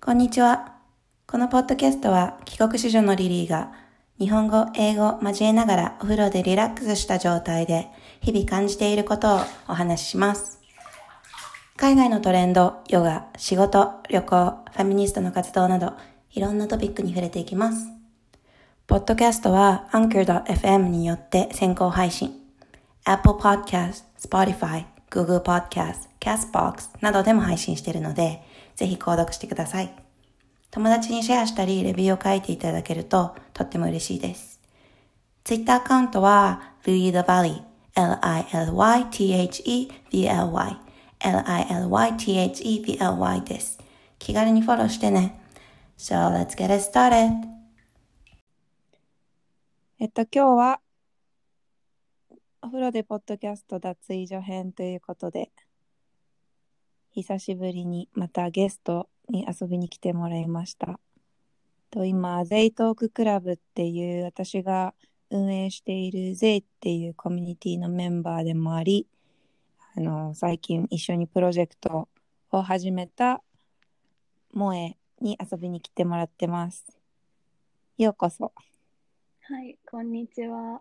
こんにちは。このポッドキャストは帰国子女のリリーが日本語、英語を交えながらお風呂でリラックスした状態で日々感じていることをお話しします。海外のトレンド、ヨガ、仕事、旅行、ファミニストの活動などいろんなトピックに触れていきます。ポッドキャストは Anchor.fm によって先行配信。Apple Podcast、Spotify、Google Podcast、Castbox などでも配信しているので、ぜひ購読してください。友達にシェアしたりレビューを書いていただけるととっても嬉しいです。Twitter アカウントは LilyTheValley LILYTHEVLY LILYTHEVLY です。気軽にフォローしてね。So let's get it started. 今日はお風呂でポッドキャスト脱衣所編ということで、久しぶりにまたゲストに遊びに来てもらいました。今、ゼイトーククラブっていう私が運営しているゼイっていうコミュニティのメンバーでもあり、最近一緒にプロジェクトを始めた萌えに遊びに来てもらってます。ようこそ。 はい、こんにちは。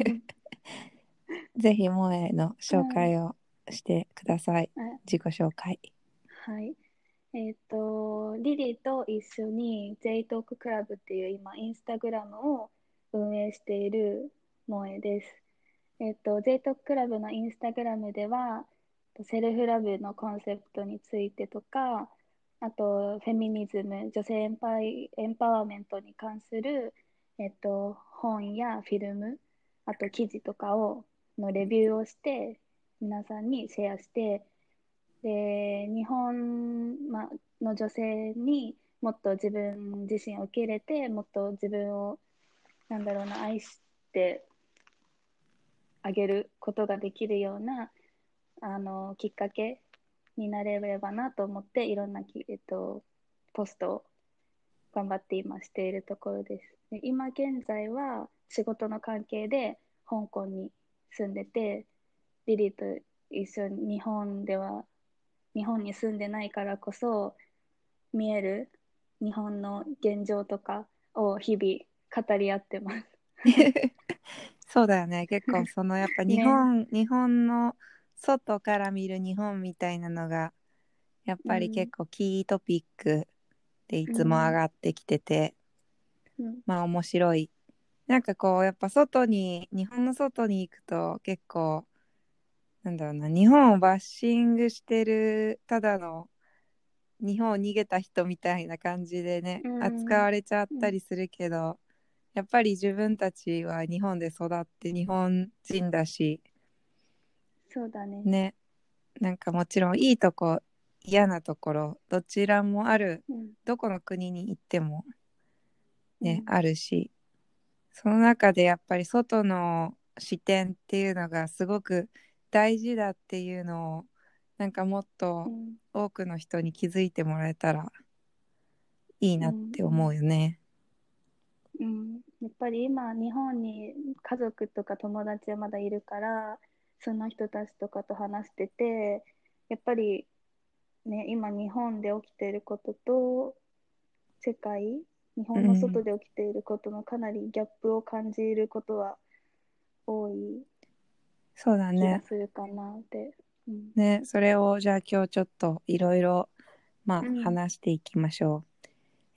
ぜひ萌えの紹介をしてください。自己紹介。 はい。リリーと一緒に J トーククラブっていう今インスタグラムを運営している萌えです。J トーククラブのインスタグラムではセルフラブのコンセプトについてとか、あとフェミニズム、女性エンパワーメントに関する、本やフィルム、あと記事とかのレビューをして皆さんにシェアして、で日本、の女性にもっと自分自身を受け入れて、もっと自分を愛してあげることができるようなきっかけになれればなと思って、いろんなポストを頑張って今しているところです。で今現在は仕事の関係で香港に住んでて、リリーと一緒に日本に住んでないからこそ見える日本の現状とかを日々語り合ってます。 そうだよね。結構やっぱ日本の外から見る日本みたいなのがやっぱり結構キートピックでいつも上がってきてて、面白い。やっぱ日本の外に行くと結構日本をバッシングしてるただの日本を逃げた人みたいな感じでね、扱われちゃったりするけど、やっぱり自分たちは日本で育って日本人だし、 そうだね。 ね、もちろんいいとこ嫌なところどちらもある、どこの国に行ってもね、あるし、その中でやっぱり外の視点っていうのがすごく大事だっていうのをもっと多くの人に気づいてもらえたらいいなって思うよね。 やっぱり今日本に家族とか友達はまだいるから、その人たちとかと話してて、やっぱりね、今日本で起きていることと世界、日本の外で起きていることのかなりギャップを感じることは多い気がするかなって。 ね、それをじゃあ今日ちょっといろいろ話していきましょう。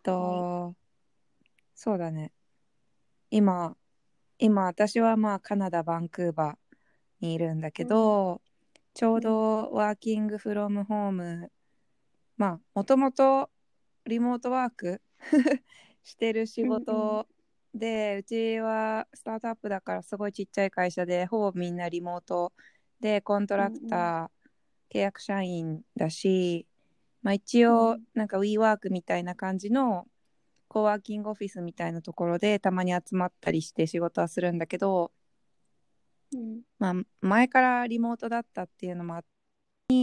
そうだね。今私はカナダ・バンクーバーにいるんだけど、ちょうどワーキングフロムホーム、もともとリモートワークしてる仕事で、うちはスタートアップだからすごいちっちゃい会社で、ほぼみんなリモートでコントラクター、契約社員だし、一応WeWork みたいな感じのコワーキングオフィスみたいなところでたまに集まったりして仕事はするんだけど、前からリモートだったっていうのもあって、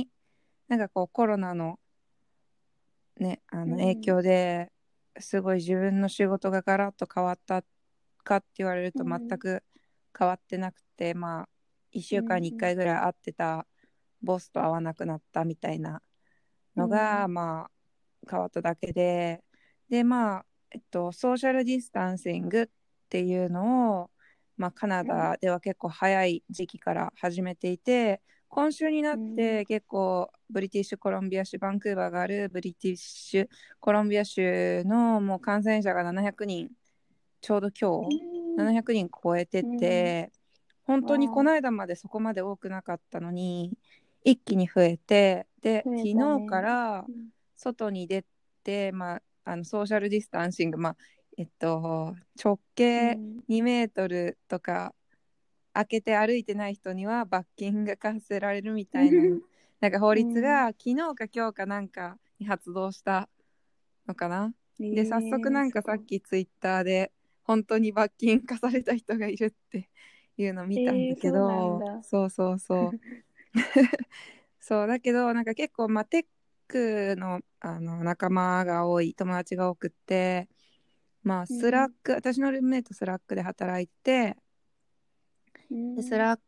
コロナのね、影響ですごい自分の仕事がガラッと変わったかって言われると全く変わってなくて、1週間に1回ぐらい会ってたボスと会わなくなったみたいなのが、 変わっただけで、で、まあ、ソーシャルディスタンシングっていうのを、まあ、カナダでは結構早い時期から始めていて、今週になって結構ブリティッシュコロンビア州、バンクーバーがあるブリティッシュコロンビア州のもう感染者が700人、ちょうど今日700人超えてて、本当にこの間までそこまで多くなかったのに一気に増えて、で、昨日から外に出て、まあ、ソーシャルディスタンシング、まあ直径2メートルとか開けて歩いてない人には罰金が課せられるみたいな、なんか法律が昨日か今日かなんかに発動したのかな。で、早速なんかさっきツイッターで本当に罰金課された人がいるっていうのを見たんだけど、そうそうそう。そうだけどなんか結構、まあ、テックの、仲間が多い友達が多くって、まあスラック、私のルームメイトスラックで働いて、で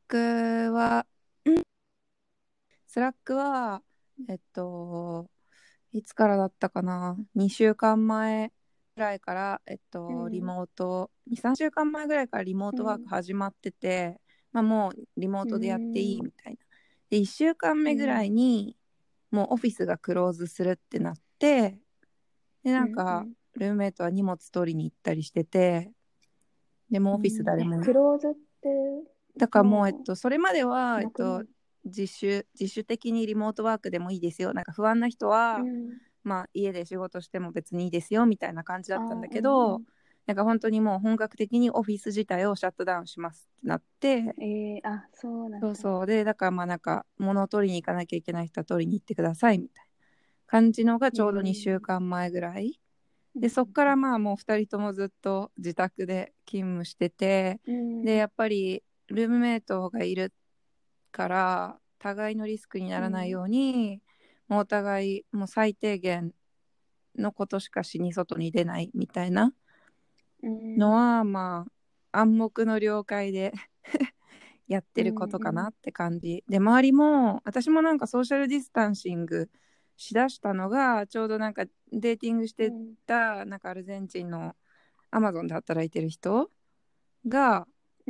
スラックはいつからだったかな、2週間前ぐらいから、リモート、2、3週間前ぐらいからリモートワーク始まってて、まあもうリモートでやっていいみたいな。で、1週間目ぐらいに、もうオフィスがクローズするってなって、で、なんか、ルームメイトは荷物取りに行ったりしてて、でもオフィス誰も、 クローズってだからもう、それまでは、自主的にリモートワークでもいいですよ。なんか不安な人は、まあ家で仕事しても別にいいですよみたいな感じだったんだけど、なんか本当にもう本格的にオフィス自体をシャットダウンしますってなって、 そうなんだ。 そうそう。で、だからまあなんか物を取りに行かなきゃいけない人は取りに行ってくださいみたいな感じのがちょうど2週間前ぐらい。で、そっからまあもう2人ともずっと自宅で勤務してて、で、やっぱりルームメイトがいるから互いのリスクにならないように、もうお互いもう最低限のことしかしに外に出ないみたいなのは、まあ暗黙の了解でやってることかなって感じで、周りも私もなんかソーシャルディスタンシングしだしたのがちょうどなんかデーティングしてたなんかアルゼンチンのアマゾンで働いてる人が、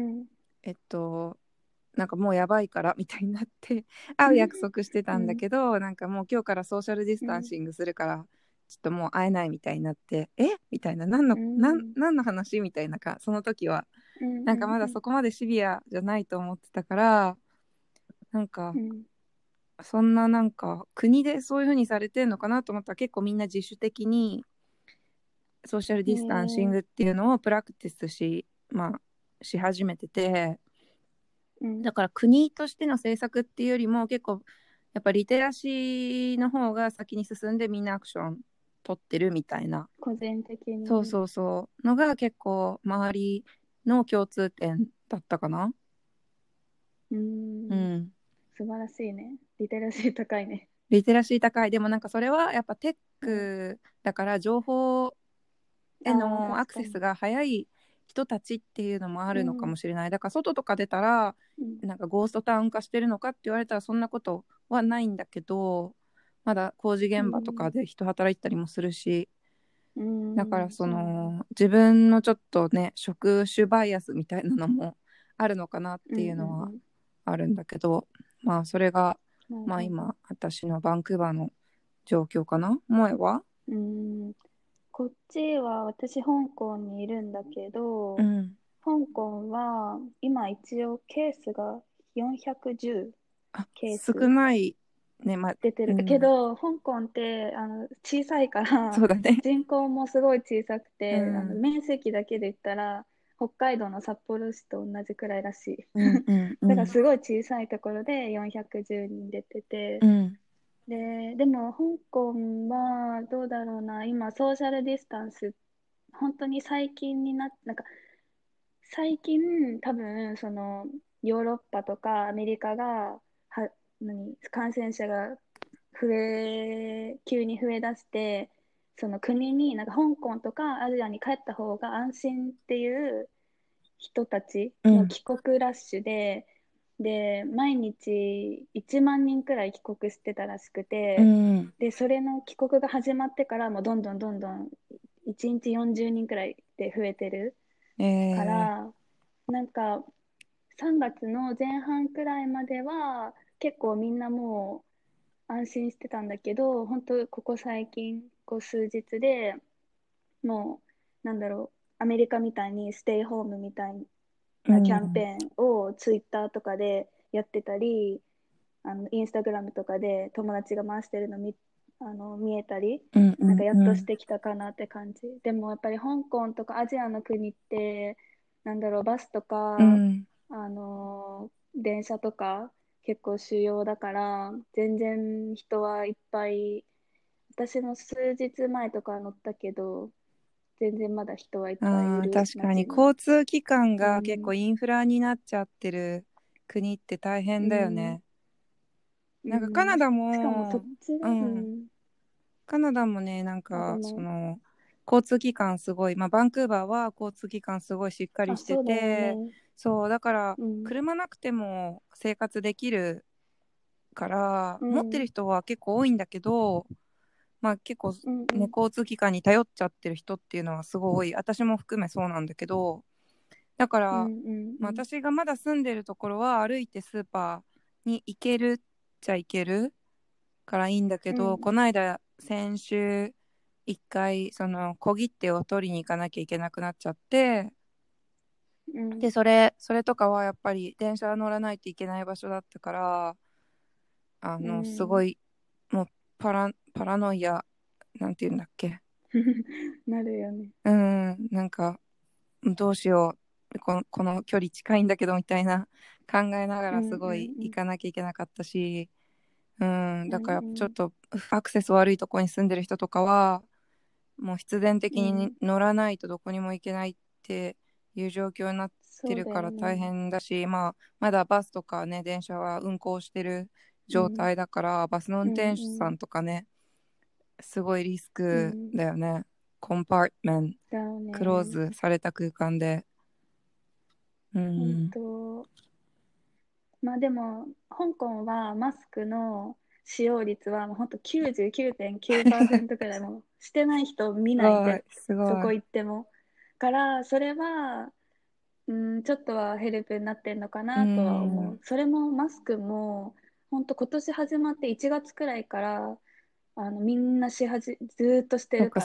なんかもうやばいからみたいになって会う約束してたんだけど、なんかもう今日からソーシャルディスタンシングするから、ちょっともう会えないみたいになって、みたいな、何の話みたいなか、その時は。なんかまだそこまでシビアじゃないと思ってたから、なんか、そんななんか国でそういう風にされてんのかなと思ったら、結構みんな自主的にソーシャルディスタンシングっていうのをプラクティスまあ、し始めてて、だから国としての政策っていうよりも結構やっぱリテラシーの方が先に進んでみんなアクション取ってるみたいな、 個人的に、 そうそうそうのが結構周りの共通点だったかな。 素晴らしいね。リテラシー高いね。 リテラシー高い。でもなんかそれはやっぱテックだから情報へのアクセスが早い人たちっていうのもあるのかもしれない。だから外とか出たら、なんかゴーストタウン化してるのかって言われたらそんなことはないんだけど、まだ工事現場とかで人働いてたりもするし、だからその自分のちょっとね職種バイアスみたいなのもあるのかなっていうのはあるんだけど、まあそれがまあ今私のバンクーバーの状況かな。萌えは？ こっちは私香港にいるんだけど、香港は今一応ケースが410ケース少ないね、 出てるけど、香港って小さいからそうだね、 人口もすごい小さくて、面積だけで言ったら北海道の札幌市と同じくらいらしい。だからすごい小さいところで410人出てて、でも香港はどうだろうな、今ソーシャルディスタンス本当に最近になんか最近多分そのヨーロッパとかアメリカが感染者が急に増えだして、その国になんか香港とかアジアに帰った方が安心っていう人たちの帰国ラッシュで、 で、毎日1万人くらい帰国してたらしくうて、 ん。 で、それの帰国が始まってからもうどんどんどんどん1日40人くらいで増えてるかえら、なんか3月の前半くらいまでは結構みんなもう安心してたんだけど、本当ここ最近、ここ数日でもう、なんだろう、アメリカみたいにステイホームみたいうなキャンペん。 ーンをツイッターとかでやってたり、インスタグラムとかで友達が回してるの見えたり、 うんうなんかやっとしんうん。 てきたかなって感じ。でもやっぱり香港とかアジアの国って、なんだろう、バスとか、 うん。 電車とか結構主要だから、全然人はいっぱい、私も数日前とか乗ったけど、全然まだ人はいっぱいいああ、 る確かに街に。 交通機関うが結構ん、 インフラになっちゃってる国って大う変だよん、 ね。なんかカナうん。 ダしかもそっも、 ちが、ううん。 ん。 カナダもね、なんあ、でか、 も、 交通機関すごい、まあ、バンクーバーは交通機関すごいしっかりあ、 してそうだよて、 ね。 そう、だから、 うん、 車なくても生活できるから、持ってうん、 る人は結構多いんだけど、まあ結構うん、うね、 ん、 交通機関に頼っちゃってる人っていうのはすごい多い。私も含めそうなんだけど、だかうん、 ら、 うん、うまあ、 ん、 私がまだ住んでるところは歩いてスーパーに行けるっちゃ行けるからいいんだけど、 うん、 この間、先週、一回、小切手を取りに行かなきゃいけなくなっちゃって、 うん、 で、それとかはやっぱり電車乗らないといけない場所だったから、 うすごん。 い、もう、パラノイア、なんて言うんだっけ。 なるよね。 なんか、どうしよう、この距離近いんだけど、みたいな考えながうん、 らすごいうん、 行かなきゃいけなかったし、 うん、 だからちょっうん、 とアクセス悪いとこに住んでる人とかは、もう必然的にうん。 乗らないとどこにも行けないっていう状況になってそうるから大だよね。 変だし、まあ、まだバスとかね、電車は運行してる状うん、 態だから、バスの運うん、 転手さうん、 んとかね、すごいリスクうん。 だよね。コンパートメント、 だよクローね。 ズされた空間で。う本ん。 当。まあでも、香港はマスクの使用率はもう本当99.9%くらいもうしてない人見ない、 すごい、すどこごい。 行っても。から、それは、ちょっとはヘルプになってんのかうなとは思う。 ん。 それもマスクも、本当今年始まって1月くらいから、みんなずーっとしてるそっかから、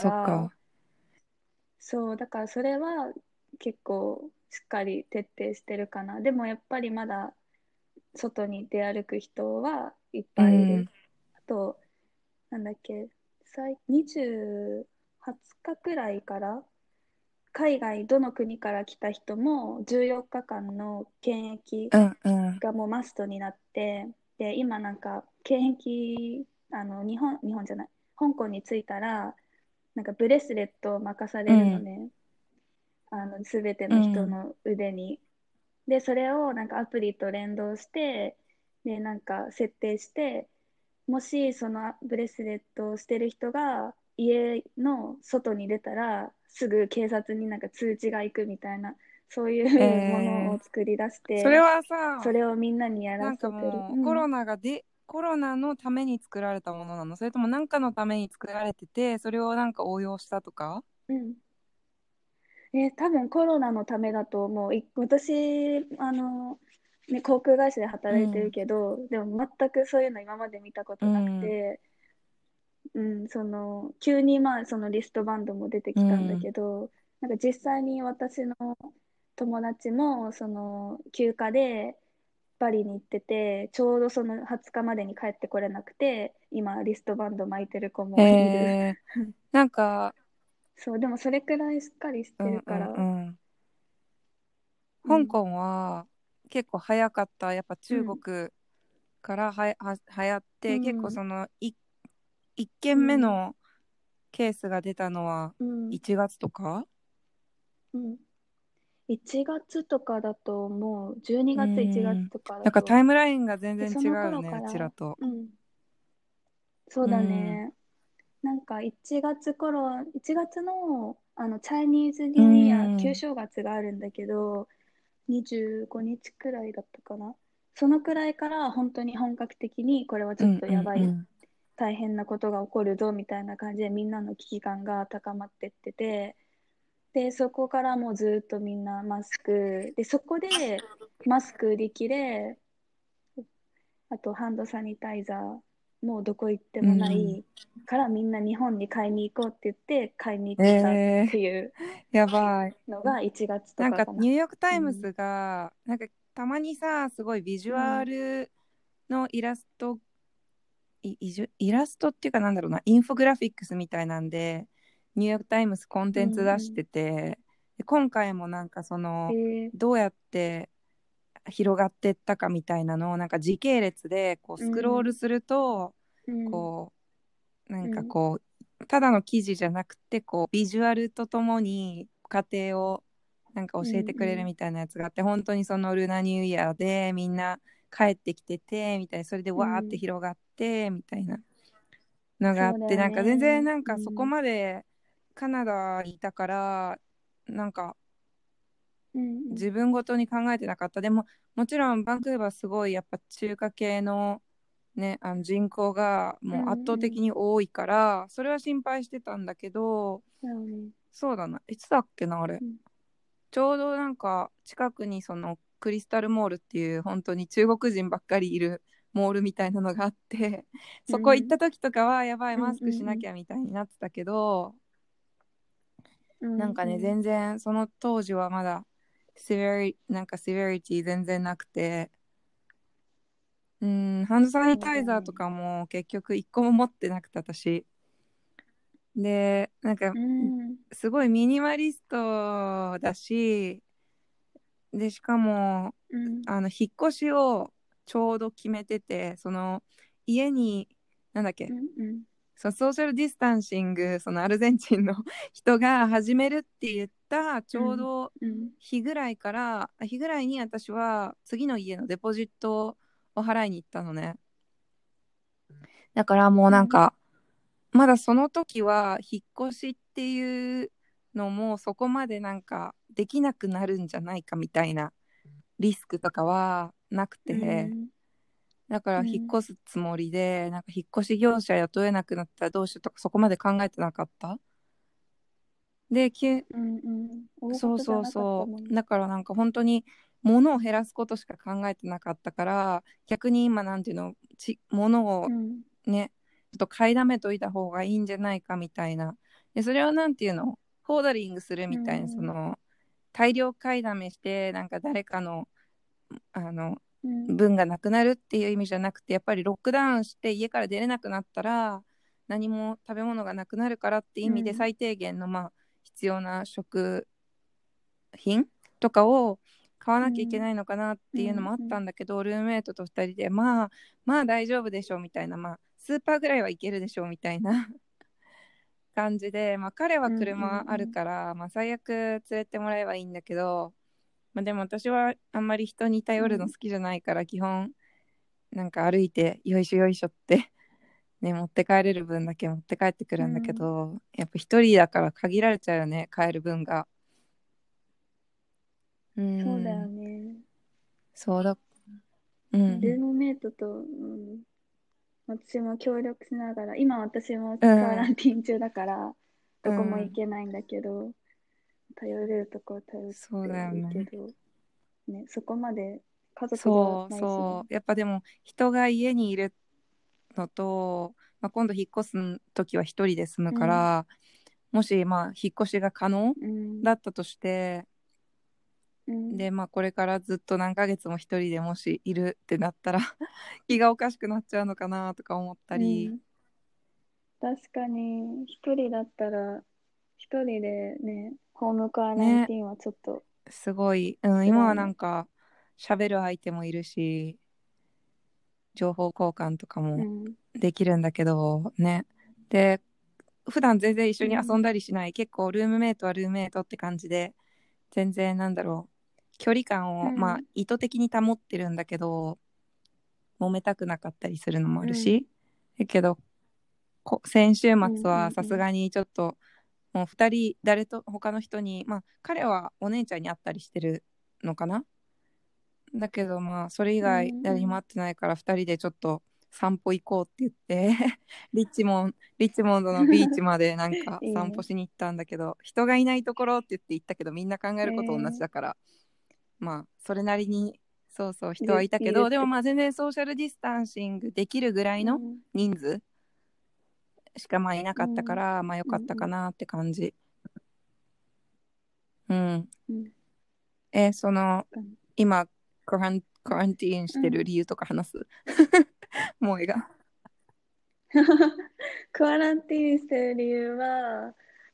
そっか。 そう、だからそれは結構しっかり徹底してるかな。でもやっぱりまだ外に出歩く人はいっうぱいいる。 ん。 あと、なんだっけ、20日くらいから海外どの国から来た人も14日間の検疫うんうん。 がもうマストになって、で、今なんか検疫、日本じゃない、香港に着いたら、なんかブレスレットを任されるのうん。 ね。すべての人うん。 の腕に。で、それをなんかアプリと連動して、で、なんか設定して、もしそのブレスレットをしてる人が家の外に出たら、すぐ警察になんか通知が行くみたいな、そういうものを作り出して、 それはさ、 それをみんなにやらなんかせてる。 もううん。 コロナのために作られたものなの？それとも何かのために作られてて、それをなんか応用したとか？ うん。多分コロナのためだと思う。私、航空会社で働いてるうん。 けど、でも全くそういうの今まで見たこうとなくん。 て、急にまあそのリストバンドも出てきたんだうん。 けど、なんか実際に私の友達も休暇でバリに行ってて、ちょうどその20日までに帰ってこれなくて、今リストバンド巻いてる子もいる。 えー、なんか、 そう、でもそれくらいしっかりしてうんうんるから、 うん。 うん、 香港は結構早かった。やっぱ中うん、 国から流行って、結構うん、 一件目うん、 のケースが出たのはうん、 1月とか。 うん。1月とかだと思う。12 うー月、1月ん。 とかだなんかと。 タイムラインが全で、 然違うそのよね、う頃から、 ちらと。 うん、そううだん。 ね。なんか1月の、チャイニーズうニューイヤー、旧ん。 正月があるんだけど、25日くらいだったかな。 そのくらいから本当に本格的にこれはちょっうんうとやばい、 んうん。 大変なことが起こるぞみたいな感じでみんなの危機感が高まってってて、で、そこからもうずっとみんなマスク、で、そこでマスク売り切れ、あとハンドサニタイザーもどこ行ってもなうんいからみんな日本に買いに行こうって言って買いに行ったっえー、 ていうやばい。 のが1月となんかかかな。 ニューヨークタうん。 イムズが、なんかたまにさ、すごいビジュアうん。 ルのイラスト、イラストっていうかなんだろうな、インフォグラフィックスみたいなんで、ニューヨークタイムズコンうテンツ出しん。 てて、で今回もなんかえー、 どうやって広がってったかみたいなのをなんか時系列でこうスクローうん。 ルすると、 うん。 こなんかうん。 こうただの記事じゃなくてこうビジュアルとともに過程をなんかうん。 教えてくれるうん。 みたいなやつがあって、本当にそのルナニューイヤーでみんな帰ってきててみたいな、それでわーってうん。 広がってみたいなのがあって、 そうだよなんか全然ね。 なんかそこうん。 までカナダにいたからなんかうん。 自分ごとに考えてなかった。でももちろんバンクーバーすごいやっぱ中華系のね、人口がうん。 もう圧倒うん。 的に多いからそれは心配してたんだけど、 だよね。 そうだな、いつだっけなあれ、 うん。 ちょうどなんか近くにそのクリスタルモールっていう本当に中国人ばっかりいるモールみたいなのがあって、そこ行っうん。 た時とかはやばいうん。 マスクしなうん。 きゃみたいになってたけど、 うん。 なんかねうん。 全然その当時はまだなんかセベリティ全然なくて、ハンドサニタイザーそうだよね。 とかも結局一個も持ってなくて私。で、なんかうん。 すごいミニマリストだし、で、しかも、 うん。 引っ越しをちょうど決めてて、その、家に、なんだっけ、 うん。うん。 ソーシャルディスタンシング、そのアルゼンチンの人が始めるって言ったちうん。 ょうどうん。 日ぐらいに私は次の家のデポジットを払いに行ったのね。だからもううん。 なんか、まだその時は引っ越しっていうのもそこまでなんかできなくなるんじゃないかみたいなリスクとかはなくうて、 ん。 だから引っうん。 越すつもりで、なんか引っ越し業者雇えなくなったらどうしようとかそこまで考えてなかった。で、 うん。うん。大そうそう事じゃなかったそもんね。 う。だからなんか本当に物を減らすことしか考えてなかったから、逆に今なんていうの、物をうん。 ね、ちょっと買いだめといた方がいいんじゃないかみたいな。で、それをなんていうの、ホーダリングするうみたいな、 ん。 大量買いだめして、なんか誰かの、あの、 うん。 分がなくなるっていう意味じゃなくて、やっぱりロックダウンして家から出れなくなったら、何も食べ物がなくなるからって意味でうん。 最低限の、まあ、必要な食品とかを買わなきゃいけうん。 ないのかなっうん。 ていうのもあっうん。 たんだけど、ルームメイトと2人で、まあ大丈夫でしょうみたいな、まあ、スーパーぐらいはいけるでしょうみたいな感じで、まあ、彼はうん。 車あるから、まあ、最悪連れてもらえばいいんだけど、まあ、でも私はあんまり人に頼るの好きじゃないから、基本、なんか歩いて、よいしょよいしょってね、持って帰れる分だけ持って帰ってくるんだけうん。 ど、やっぱ一人だから限られちゃうよね、帰る分が。うそうだよん、 ね。 そうだ。うん、 ルームメイトと、うん、私も協力しながら、今私もうん、 カーランティン中だから、どこも行うん、 けないんだけど、頼れるとこ頼っそうてだよね。 るけど、ね、そこまで家族ではそうないしね。 そう。やっぱでも人が家にいるのと、まあ、今度引っ越す時は一人で住むうん、 から、もしまあ引っ越しが可能うん、 だったとして、 うん、 でまあこれからずっと何ヶ月も一人でもしいるってなったら気がおかしくなっちゃうのかなとか思ったり。 うん。確かに、一人だったら、一人でね、ホームカーランね、 ティンはちょっとすごい、今はな辛いね。 んか喋る相手もいるし、情報交換とかもうん、 できるんだけどね。で、普段全然一緒に遊んうん、 だりしない、結構ルームメイトはルームメイトって感じで、全然なんだろう、距離感をまあうん、 意図的に保ってるんだけど、揉めたくなかったりするのもあうん、 るし、だけど先週うん、 末うん、うん、 はさすがにちょっともう2人誰と他の人に、まあ彼はお姉ちゃんに会ったりしてるのかな、 だけどまあそれ以う外誰にもん会ってないから2人でちょっと散歩行こうって言ってリッチモンドのビーチまでなんかいいね。 散歩しに行ったんだけど、人がいないところって言って行ったけどみんな考えること同じだから、まあそれなりにそうそう人はいたけど、でもまあ全然ソーシャルディスタンシングできるぐらいの人数しかまあいなかったから、まあよかったかなって感じ。うん。その今クランティーンしてる理由とか話す萌えが。 クアランティーンしてる理由は、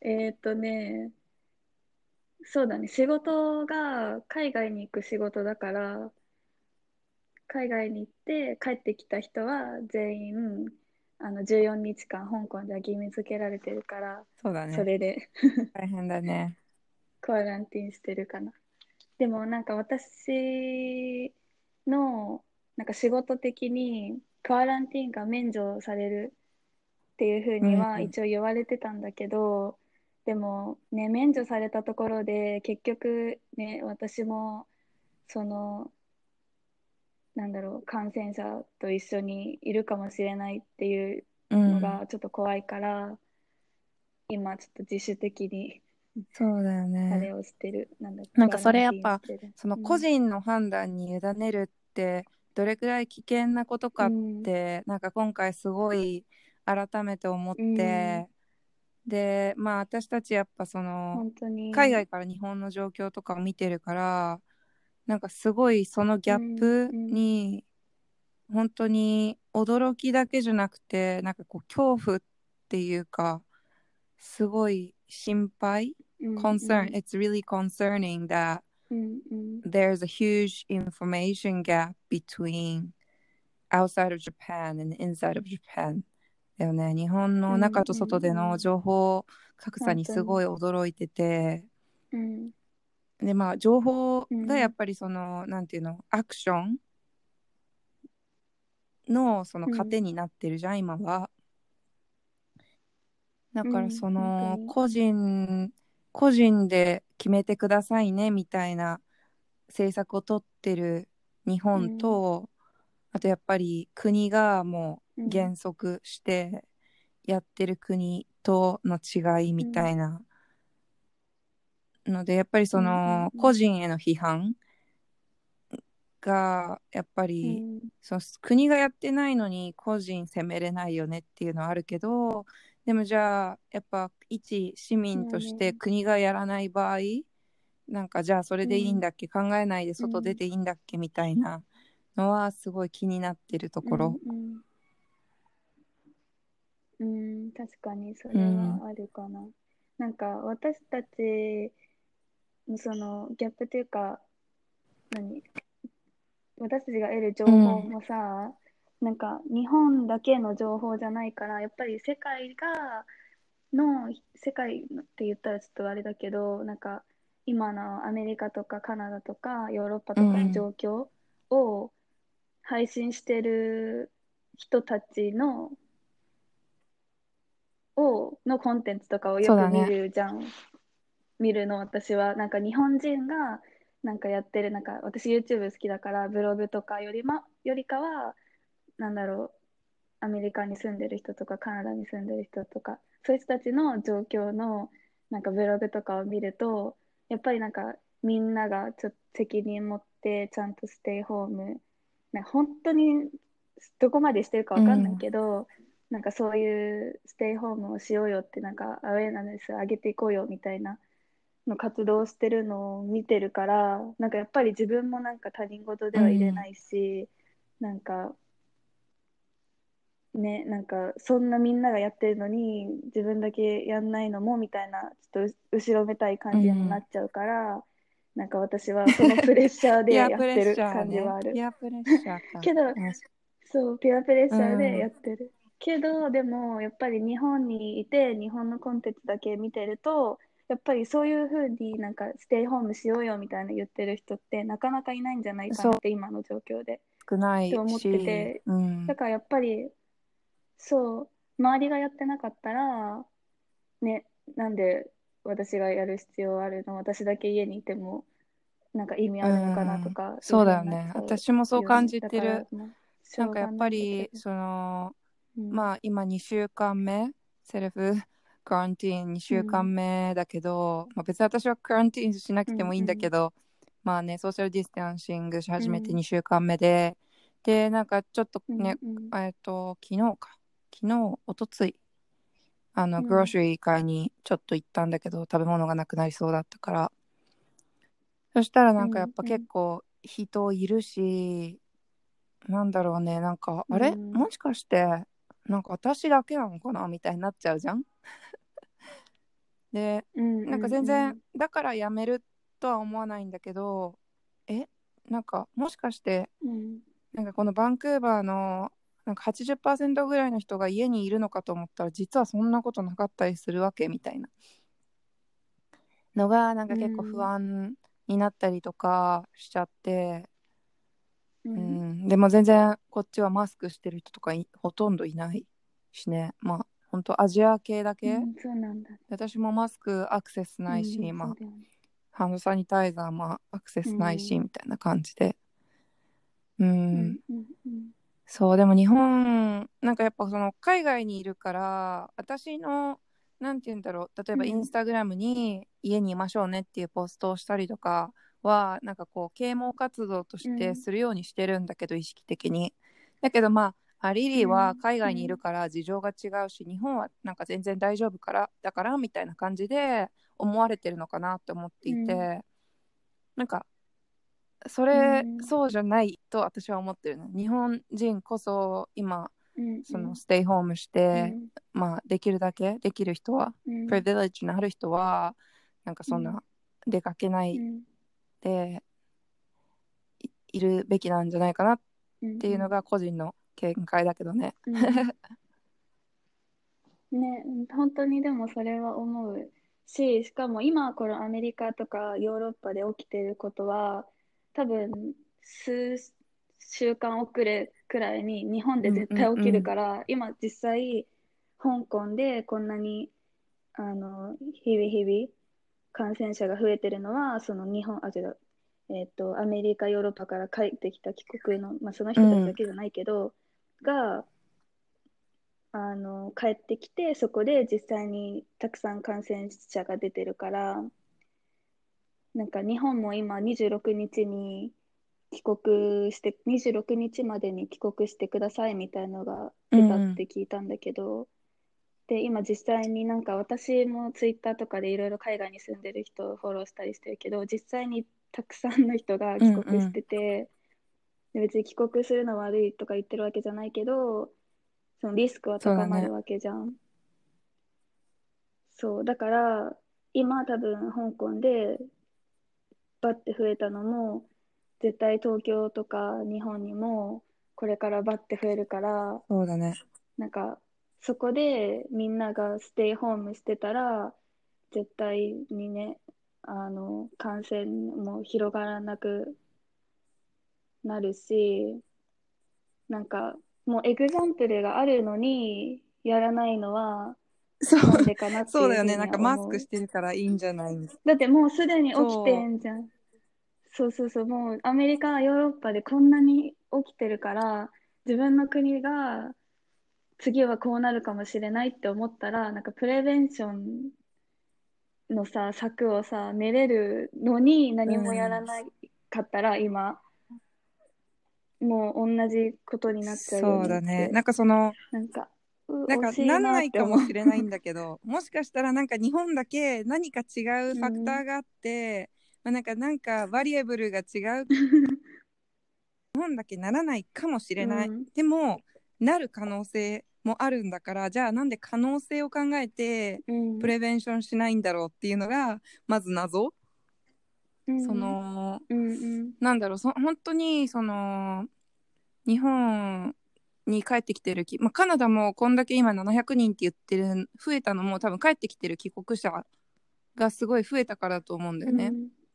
そうだね、仕事が海外に行く仕事だから、海外に行って帰ってきた人は全員、14日間香港では義務付けられてるから、 そうだね。 それで大変だね。 クアランティーンしてるかな。でもなんか私のなんか仕事的にクアランティーンが免除されるっていうふうには一応言われてたんだけど、でもね、免除されたところで結局ね、私もそのなんだろう、感染者と一緒にいるかもしれないっていうのがちょっと怖いから、今ちょっと自主的にそうだよね。 あれをしてる。なんだ、 なんかそクアランテれやっぱィーンしてる。 その個人の判断に委ねるってどれくらい危険なことかって、なんか今回すごい改めて思って、でまあ私たちやっぱその海外から日本の状況とかを見てるから、なんかすごいそのギャップに本当に驚きだけじゃなくて、なんかこう恐怖っていうかすごい心配、It's really concerning that there's a huge information gap between outside of Japan and inside of Japan だよね。日本の中と外での情報格差にすごい驚いてて、でまあ情報がやっぱりそのなんていうの、アクションのその糧になってるじゃん、今は。だからその個人で決めてくださいねみたいな政策を取ってる日本と、あとやっぱり国がもう原則してやってる国との違いみたいなので、やっぱりその個人への批判がやっぱり、その国がやってないのに個人責めれないよねっていうのはあるけど、でもじゃあやっぱ一市民として国がやらない場合、なんかじゃあそれでいいんだっけ、考えないで外出ていいんだっけみたいなのはすごい気になってるところ。 確かにそれはあるかな。なんか私たちのそのギャップというか、私たちが得る情報もさ、なんか日本だけの情報じゃないから、やっぱり世界って言ったらちょっとあれだけど、なんか今のアメリカとかカナダとかヨーロッパとかの状況を配信してる人たちのコンテンツとかをよく見るじゃん。見るの私は。なんか日本人がなんかやってる、なんか私 YouTube 好きだからブログとかよりかは、なんだろう、アメリカに住んでる人とかカナダに住んでる人とか、そういう人たちの状況のなんかブログとかを見ると、やっぱりなんかみんながちょっと責任持ってちゃんとステイホーム、なんか本当にどこまでしてるかわかんないけど、なんかそういうステイホームをしようよって、なんかアウェーネス上げていこうよみたいなの活動してるのを見てるから、なんかやっぱり自分もなんか他人事では入れないし、なんかね、なんかそんなみんながやってるのに自分だけやんないのもみたいな、ちょっと後ろめたい感じにもなっちゃうから、なんか私はそのプレッシャーでやってる感じはある。 ピアプレッシャーか。 けど、そう、ピアプレッシャーでやってる。けど、でもやっぱり日本にいて日本のコンテンツだけ見てると、やっぱりそういうふうになんかステイホームしようよみたいな言ってる人ってなかなかいないんじゃないかなって、今の状況で。 少ないって思ってて、だからやっぱりそう、周りがやってなかったら、ね、なんで私がやる必要あるの、私だけ家にいてもなんか意味あるのかなとかいうそうふうになっだよね。 ちゃう私もそうよね。 感じだからてる。 もうしなんかやっぱょうがないんだけど。 りうんまあ今2週間目セルフクランティーン2週間目だけど、まあ、別に私はクランティーンしなくてもいいんだけど、まあねソーシャルディスタンシングし始めて2週間目でなんかちょっとね、昨日おとついグローシリー買いにちょっと行ったんだけど、食べ物がなくなりそうだったから、そしたらなんかやっぱ結構人いるし、なんだろうね、なんかあれもしかしてなんか私だけなのかなみたいになっちゃうじゃん。で、なんか全然だからやめるとは思わないんだけど、なんかもしかしてなんかこのバンクーバーのなんか80%ぐらいの人が家にいるのかと思ったら、実はそんなことなかったりするわけみたいなのがなんか結構不安になったりとかしちゃって、でも全然こっちはマスクしてる人とかほとんどいないしね。まあ本当アジア系だけ、 そうなんだ。 私もマスクアクセスないし、まあハンドサニタイザーもアクセスないし、みたいな感じでそうでも日本なんかやっぱその海外にいるから私のなんて言うんだろう、例えばインスタグラムに家にいましょうねっていうポストをしたりとかはなんかこう啓蒙活動としてするようにしてるんだけど、意識的にだけどまあリリーは海外にいるから事情が違うし、日本はなんか全然大丈夫からだからみたいな感じで思われてるのかなって思っていて、なんかそうじゃないと私は思ってるの。日本人こそ今、そのステイホームして、まあできるだけできる人は、プリビレッジのある人はなんかそんな出かけないで、いるべきなんじゃないかなっていうのが個人の見解だけどね。 ね、本当にでもそれは思うし、しかも今このアメリカとかヨーロッパで起きてることは多分数週間遅れくらいに日本で絶対起きるから、今実際香港でこんなに日々日々感染者が増えてるのはその日本あ違うアメリカヨーロッパから帰ってきた帰国の、まあ、その人たちだけじゃないけど、が帰ってきてそこで実際にたくさん感染者が出てるから、なんか日本も今26日に帰国して26日までに帰国してくださいみたいのが出たって聞いたんだけど、で今実際になんか私もツイッターとかでいろいろ海外に住んでる人をフォローしたりしてるけど、実際にたくさんの人が帰国してて、で別に帰国するの悪いとか言ってるわけじゃないけど、そのリスクは高まるわけじゃん。そうだから今多分香港でバッて増えたのも絶対東京とか日本にもこれからバッて増えるから、 そうだね。 なんかそこでみんながステイホームしてたら絶対にね感染も広がらなくなるし、なんかもうエグザンプルがあるのにやらないのはなんでかなっていうふうには思う。 そうだよね。なんかマスクしてるからいいんじゃないだってもうすでに起きてんじゃん。そうそうそう、もうアメリカ、ヨーロッパでこんなに起きてるから、自分の国が次はこうなるかもしれないって思ったら、なんかプレベンションのさ、策をさ、練れるのに何もやらなかったら、今、もう同じことになっちゃうよねって。 そうだね。なんかなんか惜しいなんないなって思う。 かもしれないんだけど、もしかしたらなんか日本だけ何か違うファクターがあって、まあ、なんかバリエブルが違う日本だけならないかもしれない、でもなる可能性もあるんだから、じゃあなんで可能性を考えてプレベンションしないんだろうっていうのがまず謎、なんだろう、本当に日本に帰ってきてるまあ、カナダもこんだけ今700人って言ってる増えたのも多分帰ってきてる帰国者がすごい増えたからだと思うんだよね、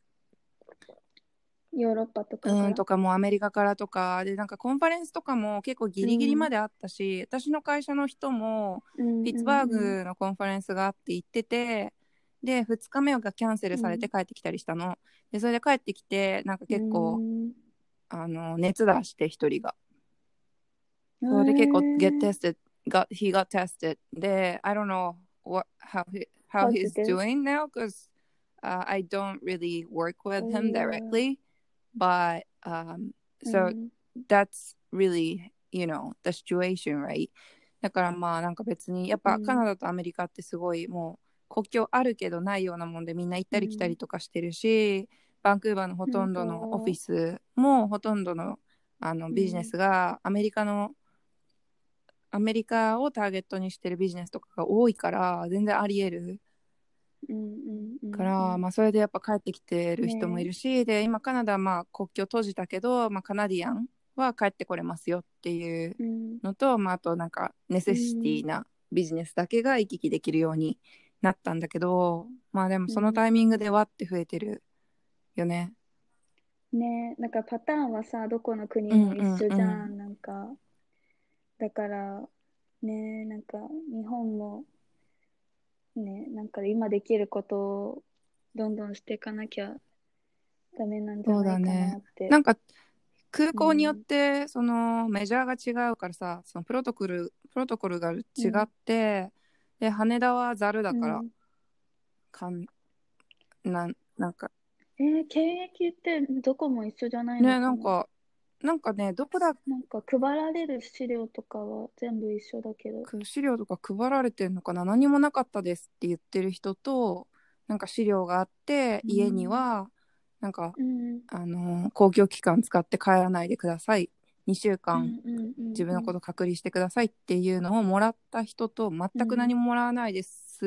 ヨーロッパとかからとかもアメリカからとかで、なんかコンファレンスとかも結構ギリギリまであったし、私の会社の人もピッツバーグのコンファレンスがあって行ってて、 で、2日目がキャンセルされて帰ってきたりしたの。で、それで帰ってきて、なんか結構、熱出して1人が。それで結構 he got tested. で、I don't know how he's doing now because I don't really work with him directly. But so that's really, the situation, right? だからまあなんか別にやっぱカナダとアメリカってすごいもう国境あるけどないようなもんでみんな行ったり来たりとかしてるし、バンクーバーのほとんどのオフィスもほとんどのビジネスがアメリカをターゲットにしてるビジネスとかが多いから全然あり得るから、まあ、それでやっぱ帰ってきてる人もいるし、で今カナダはまあ国境閉じたけど、まあ、カナディアンは帰ってこれますよっていうのと、まあ、あとなんかネセシティなビジネスだけが行き来できるようになったんだけど、まあでもそのタイミングでわって増えてるよね。 ね、なんかパターンはさ、どこの国も一緒じゃん、なんか。だから、ね、なんか日本も、ね、なんか今できることをどんどんしていかなきゃダメなんじゃないかなって。 なんか空港によってそのメジャーが違うからさ、そのプロトコルが違って、で羽田はザルだから、なんか検疫ってどこも一緒じゃないのかな。 ね、なんかね、どこだなんか配られる資料とかは全部一緒だけど。 資料とか配られてんのかな、何もなかったですって言ってる人と、なんか資料があって、家にはなんか、公共機関使って帰らないでください、2週間自分のこと隔離してくださいっていうのをもらった人と、全く何ももらわないです、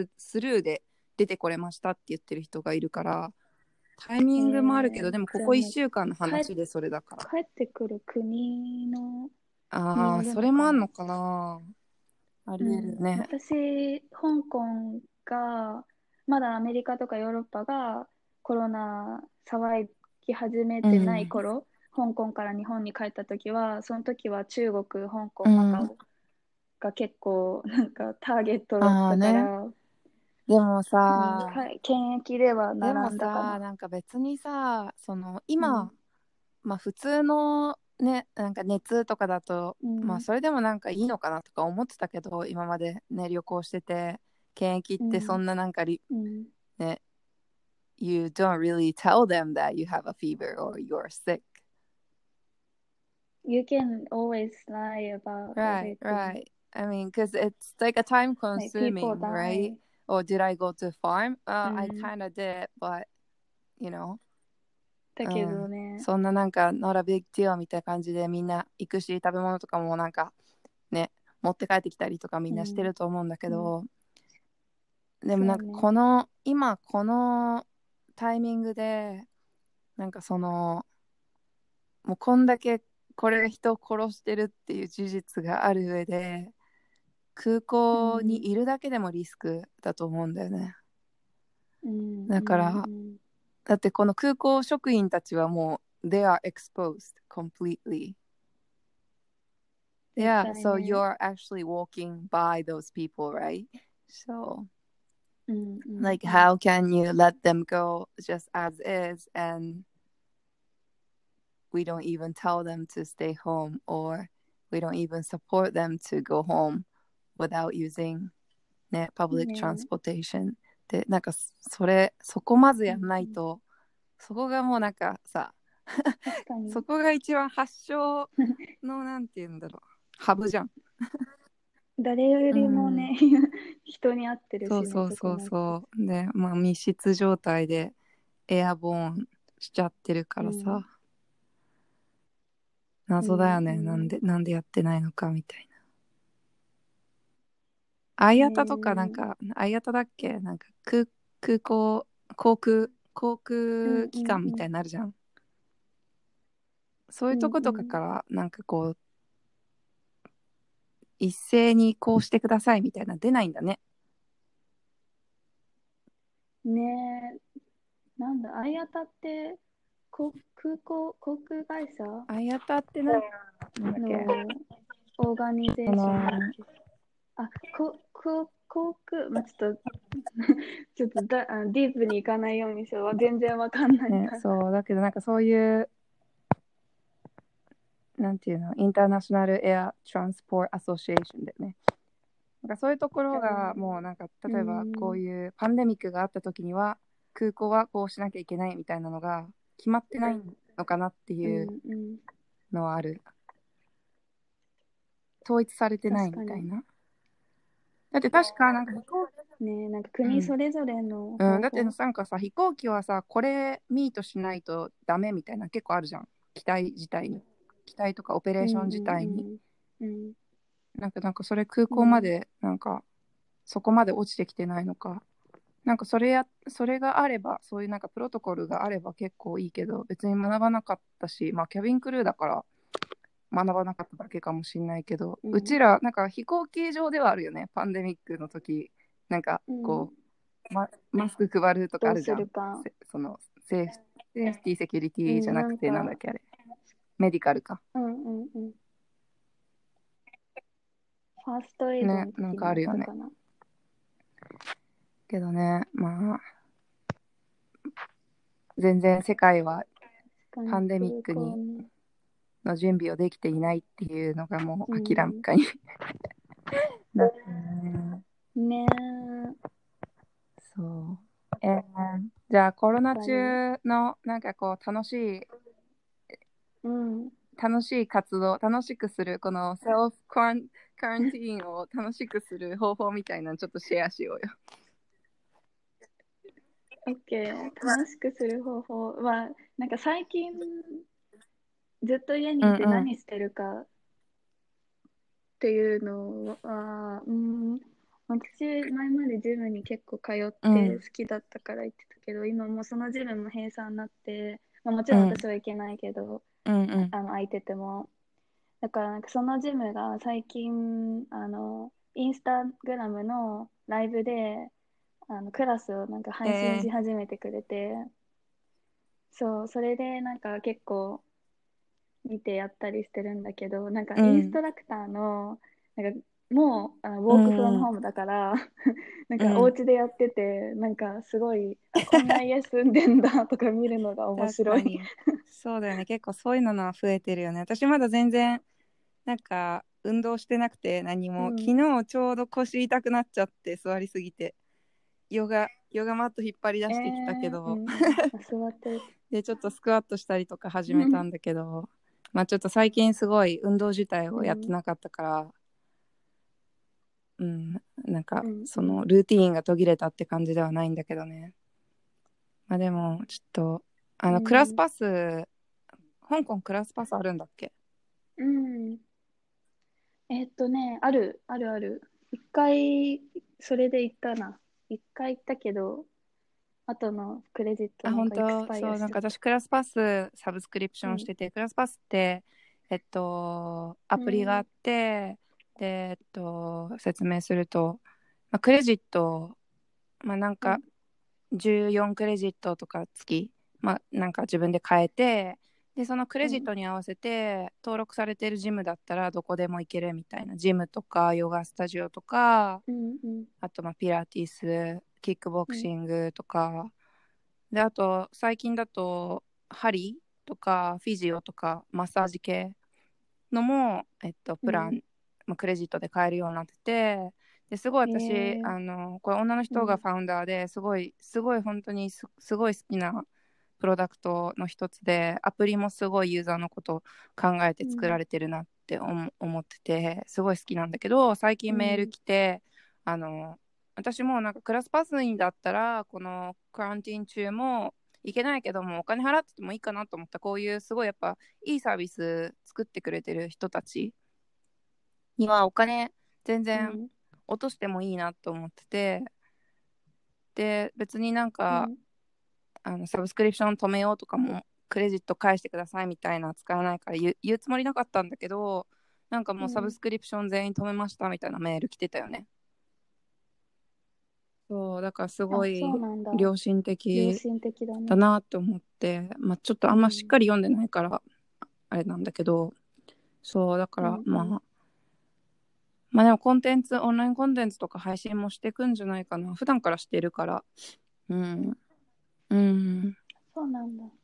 スルーで出てこれましたって言ってる人がいるから、タイミングもあるけど、でもここ1週間の話でそれだから。 帰ってくる国のそれもあんのかな。ありえるね。 私、香港が、まだアメリカとかヨーロッパがコロナ騒ぎ始めてない頃、香港から日本に帰った時は、その時は中国、香港、マカオが結構なんかターゲットだったから、 でもさ、 検疫では並んだかな。 でもさ、なんか別にさ、その今、まあ普通のね、なんか熱とかだと、まあそれでもなんかいいのかなとか思ってたけど、今までね、旅行してて、検疫ってそんななんかね、you don't really tell them that you have a fever or you're sick. You can always lie about Right, everything. right. I mean, because it's like a time consuming, right? Or did I go to farm? I kind of did, but, you know. だけどね、 そんななんかnot a big dealみたいな感じでみんな行くし、食べ物とかもなんかね、持って帰ってきたりとかみんなしてると思うんだけど、でもなんか今このタイミングでなんかそのもうこんだけこれが人を殺してるっていう事実がある上で空港にいるだけでもリスクだと思うんだよね。だからだってこの空港職員たちはもう they are exposed completely. Yeah, so you're actually walking by those people, right? So like how can you let them go just as is and we don't even tell them to stay home or we don't even support them to go home without using public transportation. でなんかそこまずやんないと、そこがもうなんかさそこが一番発祥のなんて言うんだろう、ハブじゃん。 誰よりもね、人に会ってるしね。 そうで、まあ密室状態でエアボーンしちゃってるからさ、謎だよね、なんでやってないのかみたいな。アイアタとかなんか、アイアタだっけ、なんか航空機関みたいになるじゃん。そういうとことかからなんかこう一斉にこうしてくださいみたいな出ないんだね。 ねえ、なんだ、アイアタって航空会社アイアタってなんだっけ、 オーガニゼーションだっけ。あ、航空、まあ、ちょっとちょっとディープに行かないようにしよう。全然わかんないね、 から。 そうだけどなんかそういうなんていうのインターナショナルエアトランスポートアソシエーションでね、なんかそういうところがもうなんか例えばこういうパンデミックがあった時には空港はこうしなきゃいけないみたいなのが決まってないのかなっていうのはある。統一されてないみたいな。だって確かなんか飛行機ね、なんか国それぞれのだ方って法。 なんかさ飛行機はさこれミートしないとダメみたいな結構あるじゃん。機体自体に機体とかオペレーション自体に、なんかそれ空港までなんかそこまで落ちてきてないのか、なんかそれがあればそういうなんかプロトコルがあれば結構いいけど別に学ばなかったし、まあキャビンクルーだから学ばなかっただけかもしれないけど、うちらなんか飛行機上ではあるよね、パンデミックの時なんかこう、マスク配るとかあるじゃん。そのセーフティーセキュリティじゃなくてなんだっけあれメディカルか。 ファーストエイドの時なんかあるよね。けどね、まあ全然世界はパンデミックにの準備をできていないっていうのがもう明らかになってね。 ねそう。じゃあコロナ中のなんかこう楽しい活動、楽しくするこのセルフカランティーンを楽しくする方法みたいなのちょっとシェアしようよ。 OK、楽しくする方法はなんか最近ずっと家にいて何してるかっていうのは、私前までジムに結構通って好きだったから行ってたけど、今もうそのジムも閉鎖になって、もちろん私は行けないけど、空いててもだからなんかそのジムが最近インスタグラムのライブでクラスをなんか配信し始めてくれて、そうそれでなんか結構見てやったりしてるんだけど、なんかインストラクターのなんかもうウォークフロムホームだから、なんかお家でやってて、なんかすごいこんな家住んでんだとか見るのが面白い。 そうだよね、結構そういうのは増えてるよね。私まだ全然なんか運動してなくて何も、昨日ちょうど腰痛くなっちゃって座りすぎてヨガマット引っ張り出してきたけど、 座ってでちょっとスクワットしたりとか始めたんだけどまあちょっと最近すごい運動自体をやってなかったから、なんかそのルーティーンが途切れたって感じではないんだけどね。まあでもちょっとクラスパス、香港クラスパスあるんだっけ？ あるある。一回それで行ったな。一回行ったけど、後のクレジットなんかエクスパイアしちゃった。 そう、なんか私クラスパスサブスクリプションしてて、クラスパスってアプリがあって、で説明すると、クレジットなんか14クレジットとか月、なんか自分で変えて、でそのクレジットに合わせて登録されてるジムだったらどこでも行けるみたいな、ジムとかヨガスタジオとか、あとピラティス、キックボクシングとか、であと最近だと針とかフィジオとかマッサージ系のも、プラン、クレジットで買えるようになってて、ですごい私、これ女の人がファウンダーですごい本当にすごい好きなプロダクトの一つで、アプリもすごいユーザーのことを考えて作られてるなって思っててすごい好きなんだけど、最近メール来て、私もなんかクラスパスインだったらこのクランティン中もいけないけどもお金払っててもいいかなと思った。こういうすごいやっぱいいサービス作ってくれてる人たちにはお金全然落としてもいいなと思ってて、で別になんか、サブスクリプション止めようとかもクレジット返してくださいみたいな使わないから言うつもりなかったんだけど、なんかもうサブスクリプション全員止めましたみたいなメール来てたよね。そうだからすごい良心的だなって思って、ちょっとあんましっかり読んでないからあれなんだけど、そうだからまあでもオンラインコンテンツとか配信もしていくんじゃないかな。普段からしてるから。うん。うん。 そうなんだ。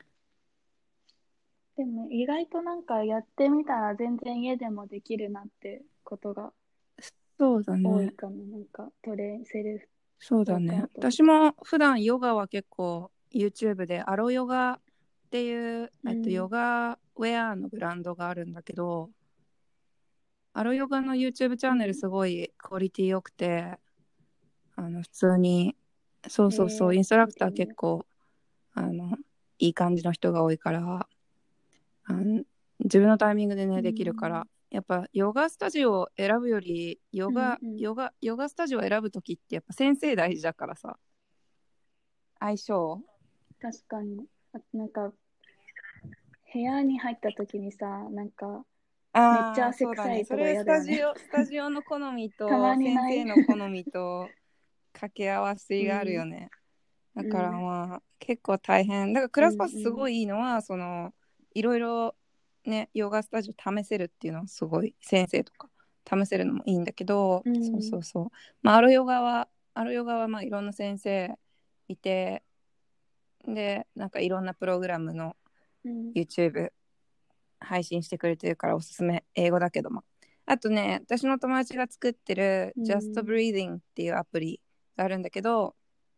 でも意外となんかやってみたら全然家でもできるなってことがそうだね。 多いかも。なんかセルフそうだね。 ワークアウトと私か。 も普段ヨガは結構 YouTube でアロヨガっていう、ヨガウェアのブランドがあるんだけど、アロヨガの YouTube チャンネルすごいクオリティ良くて、普通に、そうそうそう、インストラクター見てみよ結構、いい感じの人が多いから、自分のタイミングでね、できるから、やっぱヨガスタジオを選ぶより、ヨガスタジオを選ぶときってやっぱ先生大事だからさ、相性。 確かに。なんか部屋に入った時にさ、なんかめっちゃああ、 汗臭そうだね。それいとか嫌だよね。 スタジオの好みたまと先にない。 生の好みと掛け合わせがあるうん。 よね。だからうんまあ結構大変。だからクうラスパスすんごいいいのは、いろいろね、ヨガスタジオ試せるっていうのはすごい先生とか試せるのもいいんだけど、 うん。 そううん。 そうそう。まあアロヨガはまあいろんな先生いて、で、なんかいろんなプログラムのうん。 YouTube 配信してくれてるからおすすめ。英語だけども。あとね、私の友達が作ってるう Just ん。 Breathing っていうアプリがあるんだけど、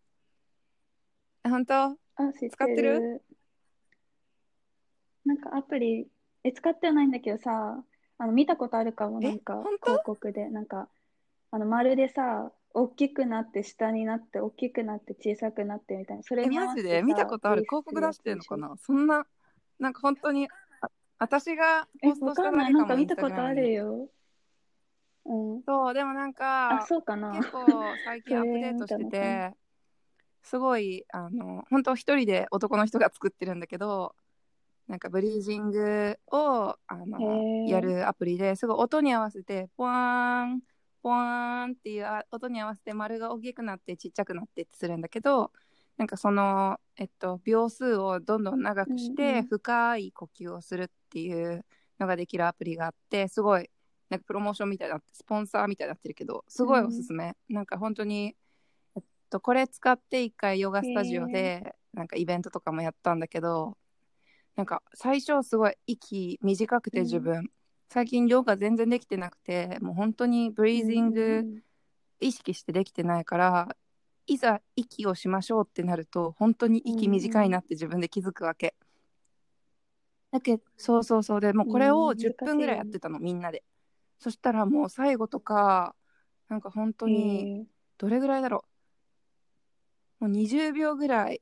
本当あ、知って使ってる？ る。なんかアプリ、使ってはないんだけどさ、見たことあるかも。なんか本当？ 広告で。なんか、まるでさ、大きくなって下になって大きくなって小さくなってみたいな。それに合マわジで見たせてさ、 ことある。 ブリースする広告出しやつでしょ。 てんのかな？そんな、なんか本当に、私がポストしたわかんない。 だけかも、イなんか見ンスたことあタグラムに。 るよ。うん。 そう、でもなんあ、 か、 そうかな。 結構最そ近アップデートしてれ見たのかな。 て、すごい、本当一人で男の人が作ってるんだけど、なんかブリージングをへやえ。 るアプリですごい音に合わせてポワーンポワーンっていう音に合わせて丸が大きくなってちっちゃくなってってするんだけど、なんか秒数をどんどん長うくしてんうん。 深い呼吸をするっていうのができるアプリがあって、すごいなんかプロモーションみたいになってスポンサーみたいになってるけど、すごいおすうん。 すめ。なんか本当にこれ使って一回ヨガへスタジオえ。 でなんかイベントとかもやったんだけど、なんか最初すごい息短くて自うん。 分最近ヨガ全然できてなくて、もう本当にブリーうんうジングん意識してできてないから、いざ息をしましょうってなると本当にうん。 息短いなって自分で気づくわけだけど、そうそうそう、でもうこれをうん。 10分ぐらい難しいよね。 やってたのみんなで。そしたらもう最後とかなんか本当へにえ。 どれぐらいだろう、もう20秒ぐらい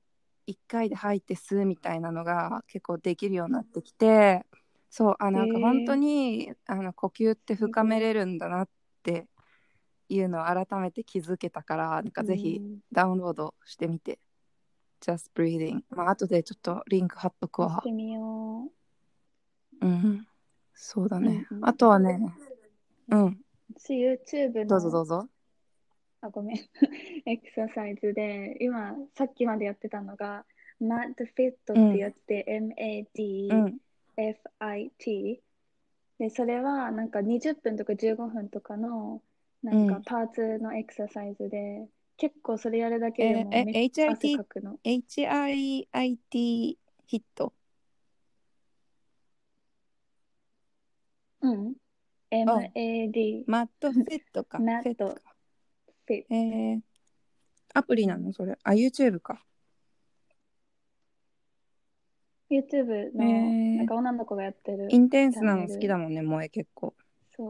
1回で入って吸うみたいなのが結構できるようになってきて、そう、 へなんか本当え。 に呼吸ってすごい。 深めれるんだなっていうのを改めて気づけたから、なんうかぜひん。 ダウンロードしてみて。Just Breathing。まあ、後でちょっとリンク貼っとくわ。 やってみようん。そうだう。うんね。 うん。 あとはね、うん。 私 YouTube どうぞどの、 うぞ。 あ、ごめん。エクササイズで、今、さっきまでやってたのが、Mat Fit ってうん。 やつで、 うん。 MADFIT。で、それはなんか20分とか15分とかのなんかうん。 パーツのエクササイズで、結構それやるだけでも汗かくの。 HIT ヒット。 うん。 あ、 MAD。 マットフィットか。フィット Mat か。 Fit。 アプリなうん。 のそれ？あ、YouTube か。 YouTube のなんか女の子がやってるインテンチスなの好きャンネル。 だもんね、萌え結構。 そう。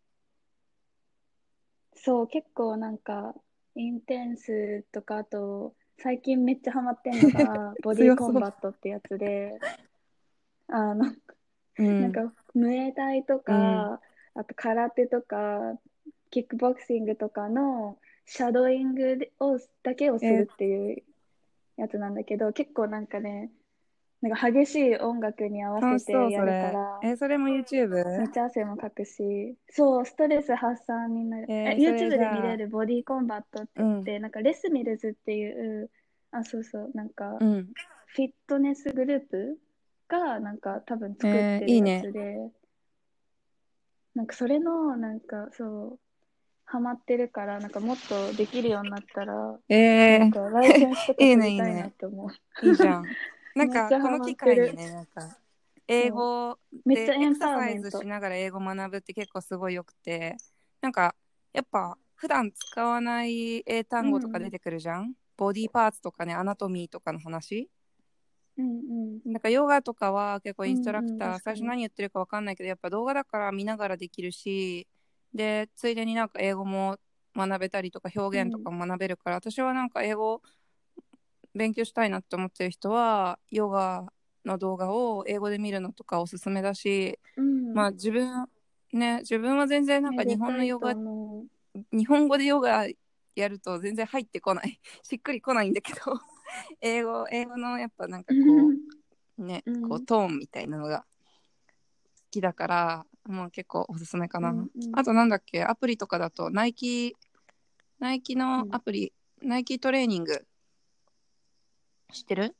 そう、結構なんか、インテンスとか、あと、最近めっちゃハマってんのが、ボディ強そう。 コンバットってやつで、あの、 うん。 なんか、ムエタイとうん。 か、あと空手とか、キックボクシングとかのシャドーイングだけをするっていうやつなんだけど、結構なんかね、なんか激しい音楽に合わせ楽しそう、 てやるかそれ。 ら、 それも YouTube？ めっちゃ汗もかくし、そう、ストレス発散になる。 それ YouTube じで見れゃあ、 るボディコンバットってうん。 言って、なんかレスミルズっていう、あ、そうそう、なんか、 うん。 フィットネスグループが、なんか多分作ってるやいいね。 つで、 なんかそれのなんかそうハマってるから、なんかもっとできるようになったら、なんかライセンスとかいい取りたいなねいいねって思いいじゃん。 う。 なんめっちゃハかこの機マってる。 会にね、なんか英語めっちゃでエクエンパワーササイズメント。 しながら英語学ぶって結構すごいよくて、なんかやっぱ普段使わない英単語とか出てくるじゃん。ボディパーツとかね、アナトミーとかの話。 うんなんかヨガとかは結構インストラクター、 確かに。 最初何言ってるかわかんないけど、やっぱ動画だから見ながらできるし、で、ついでになんか英語も学べたりとか表現とかも学べるから、私はなんか英語勉強したいなって思ってる人は、ヨガの動画を英語で見るのとかおすすめだし、まあ自分は全然なんか日本のヨガ、日本語でヨガやると全然入ってこない。しっくりこないんだけど、英語のやっぱなんかこう、ね、こうトーンみたいなのが好きだから、まあ結構おすすめかな。あとなんだっけ、アプリとかだとナイキのアプリ、ナイキトレーニング知ってる？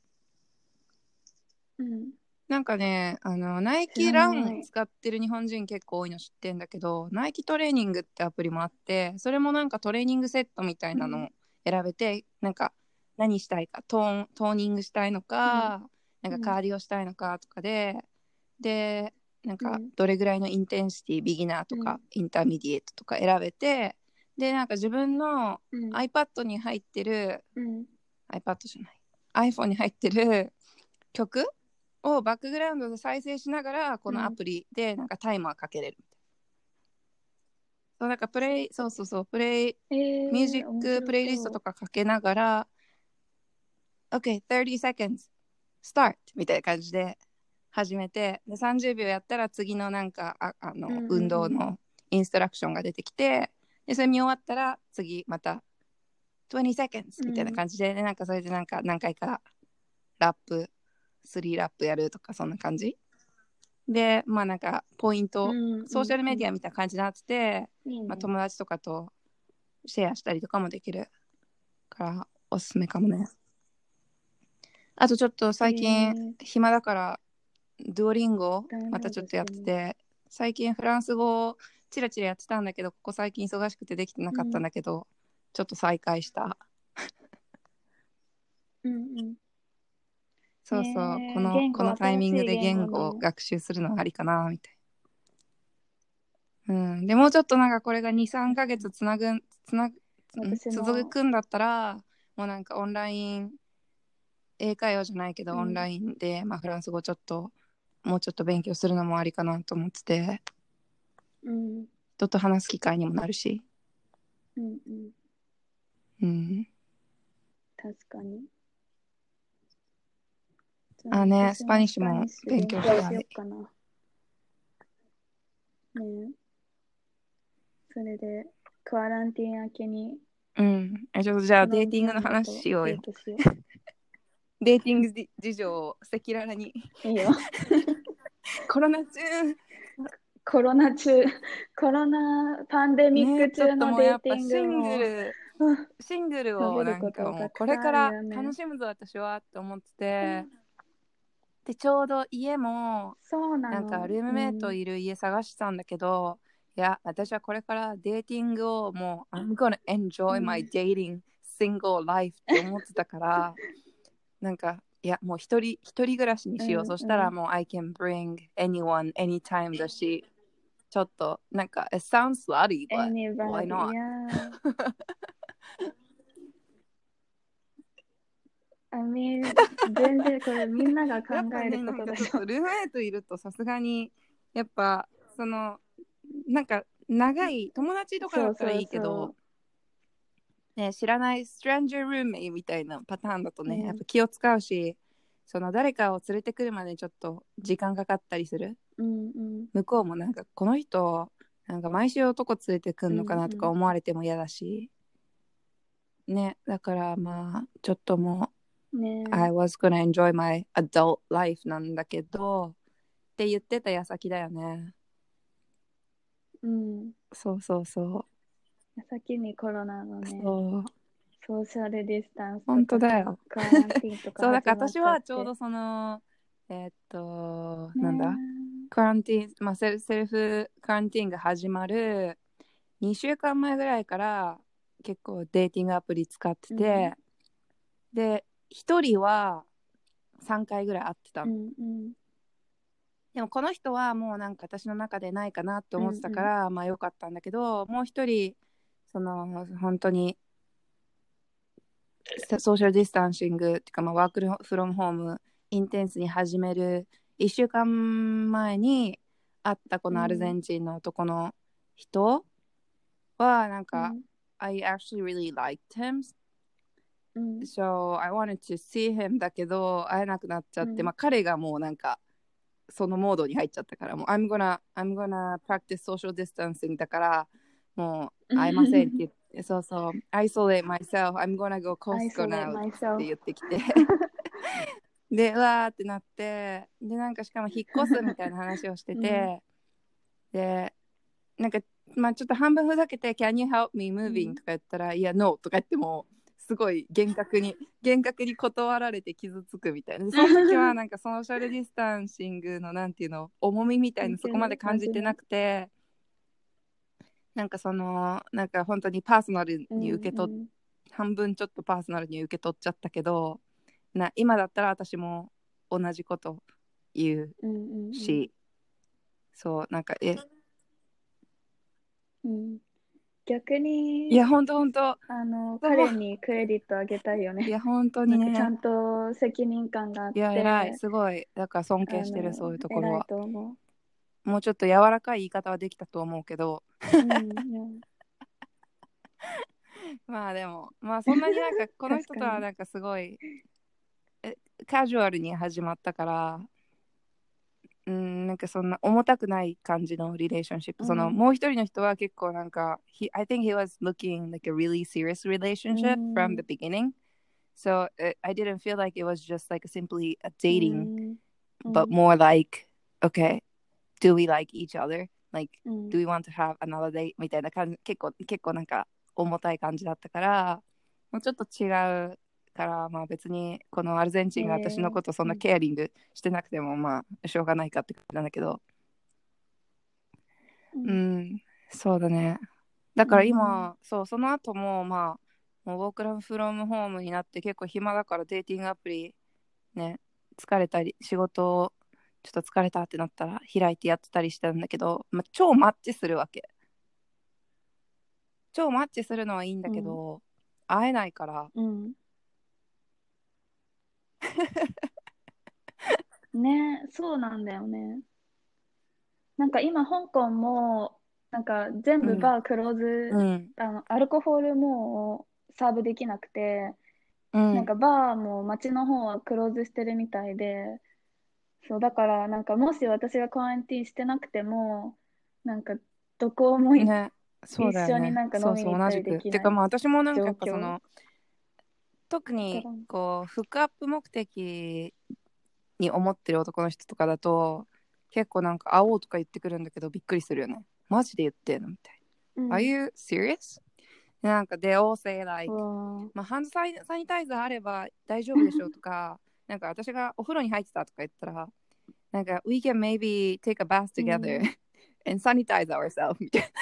なんかね、ナイキラン使ってる日本人結構多いの知ってんだけど、ナイキトレーニングってアプリもあって、それもなんかトレーニングセットみたいなのを選べて、なんか何したいか、トーニングしたいのか、なんかカーディオしたいのかとかで、なんかどれぐらいのインテンシティ、ビギナーとか、インターミディエートとか選べて、で、なんか自分の iPad に入ってる、iPad じゃない、iPhone に入ってる曲をバックグラウンドで再生しながらこのアプリでなんかタイマーかけれる。そうなんかプレイミュージックプレイリストとかかけながら OK 30 seconds start みたいな感じで始めて、で30秒やったら次のなんか運動のインストラクションが出てきて、でそれ見終わったら次また20 seconds みたいな感じで、なんかそれでなんか何回かラップ3ラップやるとか、そんな感じで、まあなんかポイント、ソーシャルメディアみたいな感じになってて、まあ、友達とかとシェアしたりとかもできるからおすすめかもね。あとちょっと最近暇だからドゥオリンゴまたちょっとやってて、最近フランス語をチラチラやってたんだけど、ここ最近忙しくてできてなかったんだけど、ちょっと再開した。そうそう、このタイミングで言語を学習するのはありかなみたいな。でもうちょっとなんかこれが2、3ヶ月続くんだったら、もうなんかオンライン英会話じゃないけど、オンラインで、まあ、フランス語もうちょっと勉強するのもありかなと思ってて、人と話す機会にもなるし。 確かに。 ね、スパニッシュも勉強したい。 それで、クアランティーン明けに。 ちょっとじゃあデーティングの話しようよ。デーティング事情を赤裸々に。 いいよ。 コロナパンデミック中のデーティングも、 シングルをなんかもうこれから楽しむぞ私はって思ってて、でちょうど家もなんかルームメイトいる家探してたんだけど、いや私はこれからデーティングをもう I'm gonna enjoy my dating single life って思ってたからなんかいやもう一人暮らしにしよう、そしたらもう I can bring anyone anytime だし、ちょっとなんか it sounds slutty but why not 全然これみんなが考えることだし、 ね、ちょっとルームメイトいるとさすがにやっぱそのなんか長い友達とかだったらいいけどね、知らないストレンジャールームメイみたいなパターンだとね、やっぱ気を使うし、その誰かを連れてくるまでちょっと時間かかったりする、向こうもなんかこの人なんか毎週男連れてくんのかなとか思われても嫌だし、ね、だからまあちょっともう、I was gonna enjoy my adult life なんだけどって言ってた矢先だよね。そう先にコロナのね、 そうソーシャルディスタンスとか本当だよクアランティーンとかそうだから始まっちゃって、 私はちょうどそのなんだクアランティーン、まあ、セルフクアランティーンが始まる2週間前ぐらいから結構デーティングアプリ使ってて、で1人は3回ぐらい会ってたの、でもこの人はもうなんか私の中でないかなって思ってたから、まあよかったんだけど、もう一人その本当にソーシャルディスタンシングっていうか、まあ、ワークフロムホームインテンスに始める1週間前に会ったこのアルゼンチンの男の人はなんか、I actually really liked him、so I wanted to see him だけど会えなくなっちゃって、まあ彼がもうなんかそのモードに入っちゃったから、もう I'm gonna practice social distancing だからもう会えませんって言って、そうそう、isolate myself, I'm gonna go Costco now って言ってきてで、うわーってなって、で、なんかしかも引っ越すみたいな話をしてて、で、なんか、まあちょっと半分ふざけて、Can you help me moving、とか言ったら、いや、No とか言っても、すごい厳格に断られて傷つくみたいな。その時はなんかソーシャルディスタンシングのなんていうの、重みみたいなそこまで感じてなくて、なんかそのなんか本当にパーソナルに受け取っ、半分ちょっとパーソナルに受け取っちゃったけど、今だったら私も同じこと言うし、そうなんか逆にいや本当彼にクレディットあげたいよね。 いや本当にね、 なんかちゃんと責任感があって、 いや偉い、すごい、だから尊敬してる、そういうところは。 偉いと思う。もうちょっと柔らかい言い方はできたと思うけど、まあでもまあそんなになんかこの人とはなんかすごいカジュアルに始まったから、なんかそんな重たくない感じのリレーションシップ。そのもう一人の人は結構なんか、I think he was looking like a really serious relationship from the beginning. So I didn't feel like it was just like simply a dating, but more like, okay, do we like each other? Like, do we want to have another date? みたいな感じ、結構なんか重たい感じだったから、もうちょっと違うから、まあ別にこのアルゼンチンが私のことそんなケアリングしてなくても、まあしょうがないかって感じなんだけど、そうだね。だから今、その後もまあもうウォークフロムホームになって結構暇だからデーティングアプリね、疲れたり仕事をちょっと疲れたってなったら開いてやってたりしたんだけど、まあ、超マッチするわけ。超マッチするのはいいんだけど、会えないから、 ね、そうなんだよね。なんか今香港もなんか全部バークローズ、アルコールもサーブできなくて、なんかバーも街の方はクローズしてるみたいで、そうだからなんかもし私がクアランティーンしてなくてもなんかどこもね、そうだよね、 一緒になんか飲みに行ったりできない。 てかまあ私もなんかやっぱその特にこうフックアップ目的に思ってる男の人とかだと結構なんか会おうとか言ってくるんだけどびっくりするよね。マジで言ってんのみたいな。Are you serious? なんか they all say like まあハンドサニタイザーあれば大丈夫でしょうとかなんか私がお風呂に入ってたとか言ったらなんか we can maybe take a bath together、and sanitize ourselves みたい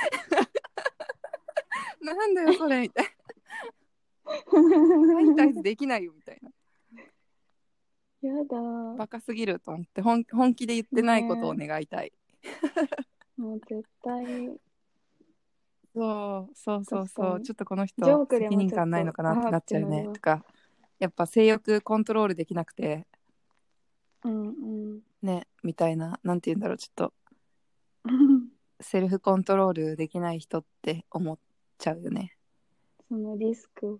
な。なんだよそれみたいな。サニタイズできないよみたいな。 やだバカすぎると思って本気で言ってないことを願いたい。 もう絶対そうちょっとこの人責任感ないのかなってなっちゃうねとか、やっぱ性欲コントロールできなくてねみたいな、なんて言うんだろう、ちょっとセルフコントロールできない人って思っちゃうよね。 そのリスク。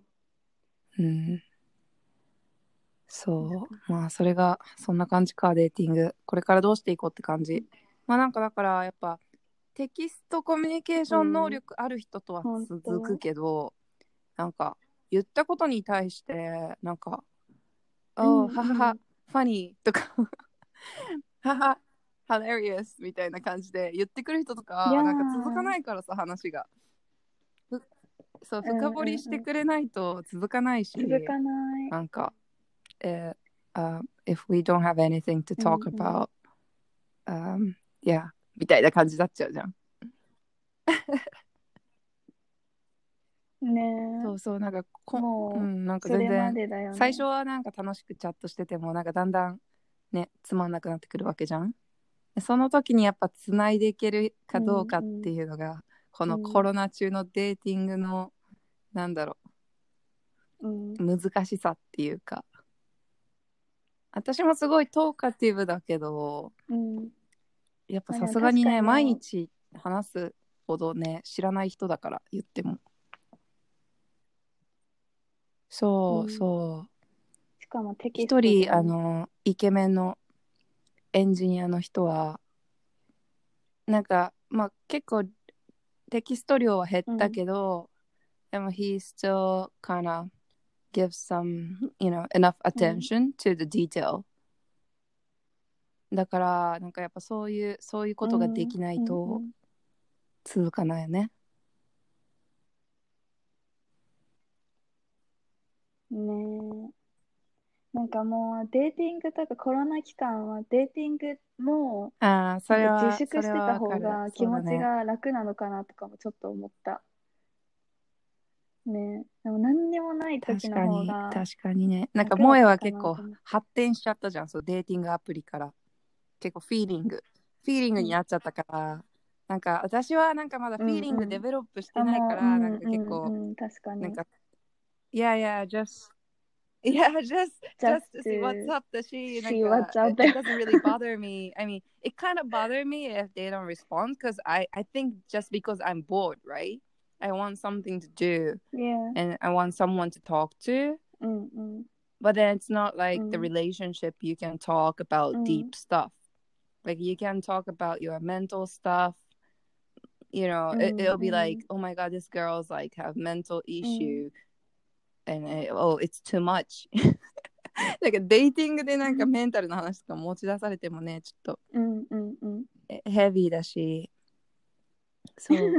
そう、まあそれがそんな感じか、デーティング。これからどうしていこうって感じ。まあなんかだからやっぱテキストコミュニケーション能力ある人とは続くけど、なんか言ったことに対してなんかはははファニーとかははhilarious みたいな感じで言ってくる人とかなんか続かないからさ、話がそう深掘りしてくれないと続かないし、なんかif we don't have anything to talk about、 いやみたいな感じになっちゃうじゃん。 ねそうそう、なんかえ、もなんうそれまか全然でだよね。 最初はなんか楽しくチャットしててもなんかだんだんねつまんなくなってくるわけじゃん。でその時にやっぱつないでいけるかどうかっていうのが、このコロナ中のデーティングのなんだろう難しさっていうか、私もすごいトーカティブだけど、やっぱさすがにね毎日話すほどね知らない人だから言ってもそうそう、 しかもテキス一トで、 人イケメンのエンジニアの人はなんかまあ結構テキスト量は減ったけど、でも he still kind of gives some enough attention to the detail、だからなんかやっぱそういうことができないと続かないよね。 ねえ、なんかもうデーティングとかコロナ期間はデーティングもそれなんか自は粛してたわかる。 方が気そうだね。 持ちが楽なのかなとかもちょっと思った。ね、でも何にもない時の方が確かにね。なんか楽だった萌えは結構かなと思って。 発展しちゃったじゃん、そうデーティングアプリから結構フィーリングになっちゃったから、なんか私はなんかまだフィーリングデベロップしてないかもう、 ら、なんか結構確かに。 なんかjust just to see what's to up だし、なん see か what's out it there. doesn't really bother me. I mean, it kind of bother me if they don't respond because I think just because I'm bored, right? I want something to do Yeah. and I want someone to talk to. うんうん But then it's not like the うん relationship you can talk う about ん deep stuff. Like you can talk about your mental stuff. う It'll be ん like, oh my god, this girl's like have mental うん issue and oh, it's too much. なんかデイティングでなんかメンタルの話とか持ち出されてもね、ちょっとうんうんうんヘビーだし、そう。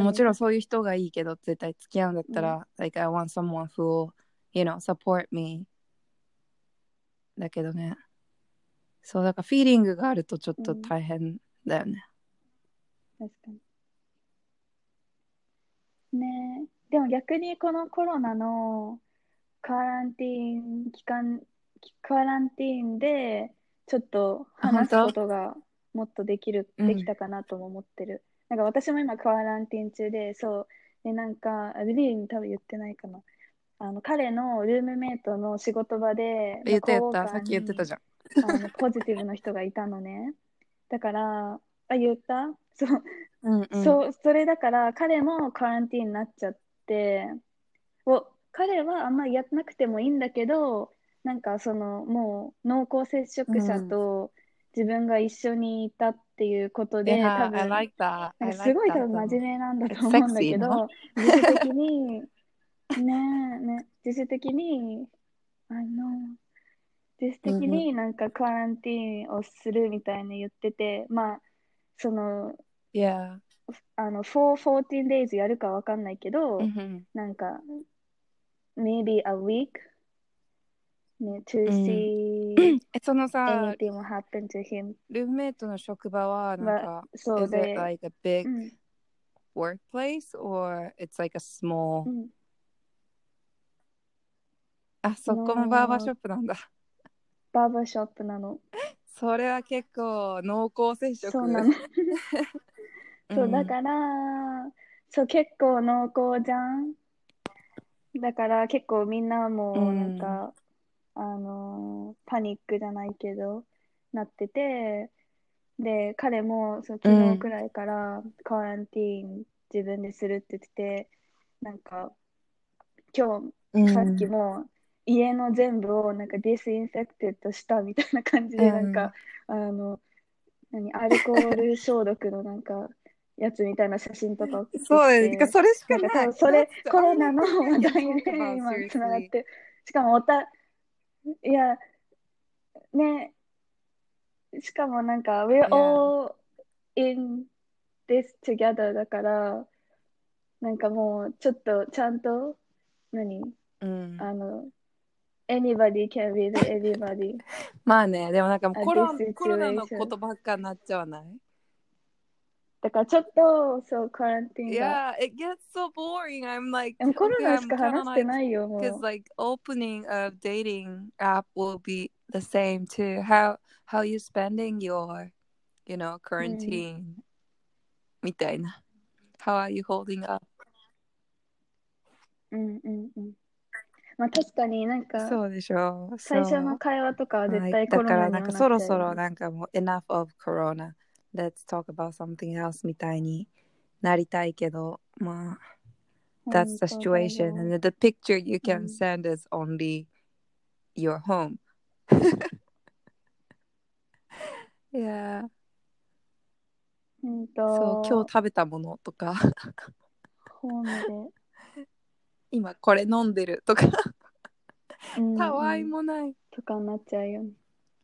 まあね、 もちろんそういう人がいいけど、絶対付き合うんだったうんら、like I want someone who support me だけどね。そう、だからフィーリングがあるとちょっと大変だよね。 確かに。ね、でも逆にこのコロナのカランティーン期間、カランティーンでちょっと話すあ、本当ことがもっとできたかなとも思ってる。なんか私も今カランティーン中で、そう。で、なんか、リリーに多分言ってないかな。彼のルームメイトの仕事場で、のコーウォーカさっき言ってたーに、 じゃん。 ポジティブの人がいたのね。だから、言ったそう、それだから、彼もカランティーンになっちゃって、彼はあんまりやってなくてもいいんだけど、なんかもう濃厚接触者と自分が一緒にいたっていうことで、多 I 分、 like that. なん I かす like ごい多 that 分真 though. 面目なんだと It's 思うんだ sexy, け no? ど、自主的に、自主的に、あの、自主的になんかクアランティーンをするみたいに言ってて、まあ、その、 Yeah. 14 days やるかわかんないけど、なんか、maybe a week ね、to see そのさ、 anything will happen to him ルームメイトの職場はなんは、 か、 そう is it で、 like a big うん、 workplace or it's like a small? うん、 そこもバーバーショップなんだ。 バーバーショップなの。 それは結構濃厚接触。 そうなの。そう、だから、そう、結構濃厚じゃん。だから結構みんなもなんか、パニックじゃないけど、なってて、で、彼も昨日くらいからカランティーン自分でするって言ってて、なんか、今日、さっきも家の全部をなんかディスインフェクテッドしたみたいな感じで、なんか、アルコール消毒のなんか、やつみたいな写真とか送ってきそうだね。 て、 それしかなんかない。 多分それ That's the コロ only ナの thing 話 I can 題 talk で about, 今つながっ seriously. て、しかもいや、ね、しかもなんか、we're Yeah. all in this together だから、なんかもうちょっとちゃんと、あの、anybody can be the anybody まあね、でもなんかもう at コ this ロナの situation。 ことばっかになっちゃわないだからちょっと、そう、カランティンが。 Yeah, it gets so boring. I'm like, でもコロ okay, ナし I'm か kind 話 of して like, ないよ、 because も like opening a dating app will be the same too. How you spending your, う。うん。 quarantine みたいな。How are you holding up? うんうんうん。まあ確かになんか、 そうでしょう。 最初のそう。 会話とかは絶はい。 対コロだからナにもなっなんかそろちゃうよね。 そろなんかもう enough of corona. Let's talk about something else みたいになりたいけど、まあ、that's 本 the 当だ situation. よ。 And the picture you う can ん。 send is only your home. いやー、そう、今日食べたものとか、 ホームで。 今これ飲んでるとか、 うんたわうん。 いもない。 とかになっちゃうよね。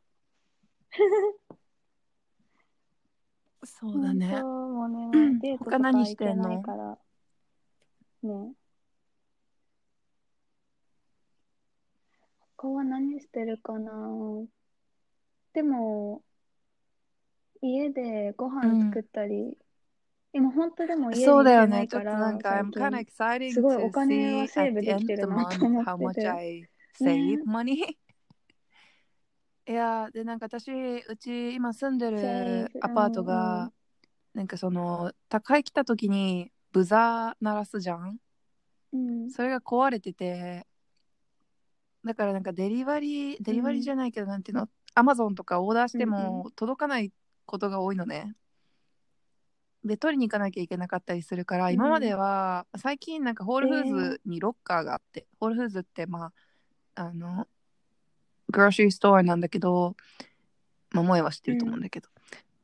そうだね。 本当もうね、デート他何しとか行けてんの？ ないから。ね。他は何してるかな。でも、家でご飯作ったり、今本当でも家そうに来てなだよね。ちょっとなんいから、 か、 最 I'm kind of 近。す exciting ごいお to 金は see セ at ーブ the でき end て of the るなと month 思っ how て much て。 I ね save money. いやー、で、なんか私、うち今住んでセーるフ、 アパートが、なんかその、宅配来た時にブザー鳴らすじゃん。 うん。 それが壊れてて、だからなんかデリバリーじゃないけど、なんていうの、アマゾンとかオーダーしても届かないことが多いのね。で、取りに行かなきゃいけなかったりするから、今までは、最近なんかホールフーズにロッカーがあって、ホールフーズってまあ、グロッシーストアなんだけど、まあ、萌えは知ってると思うんだけど。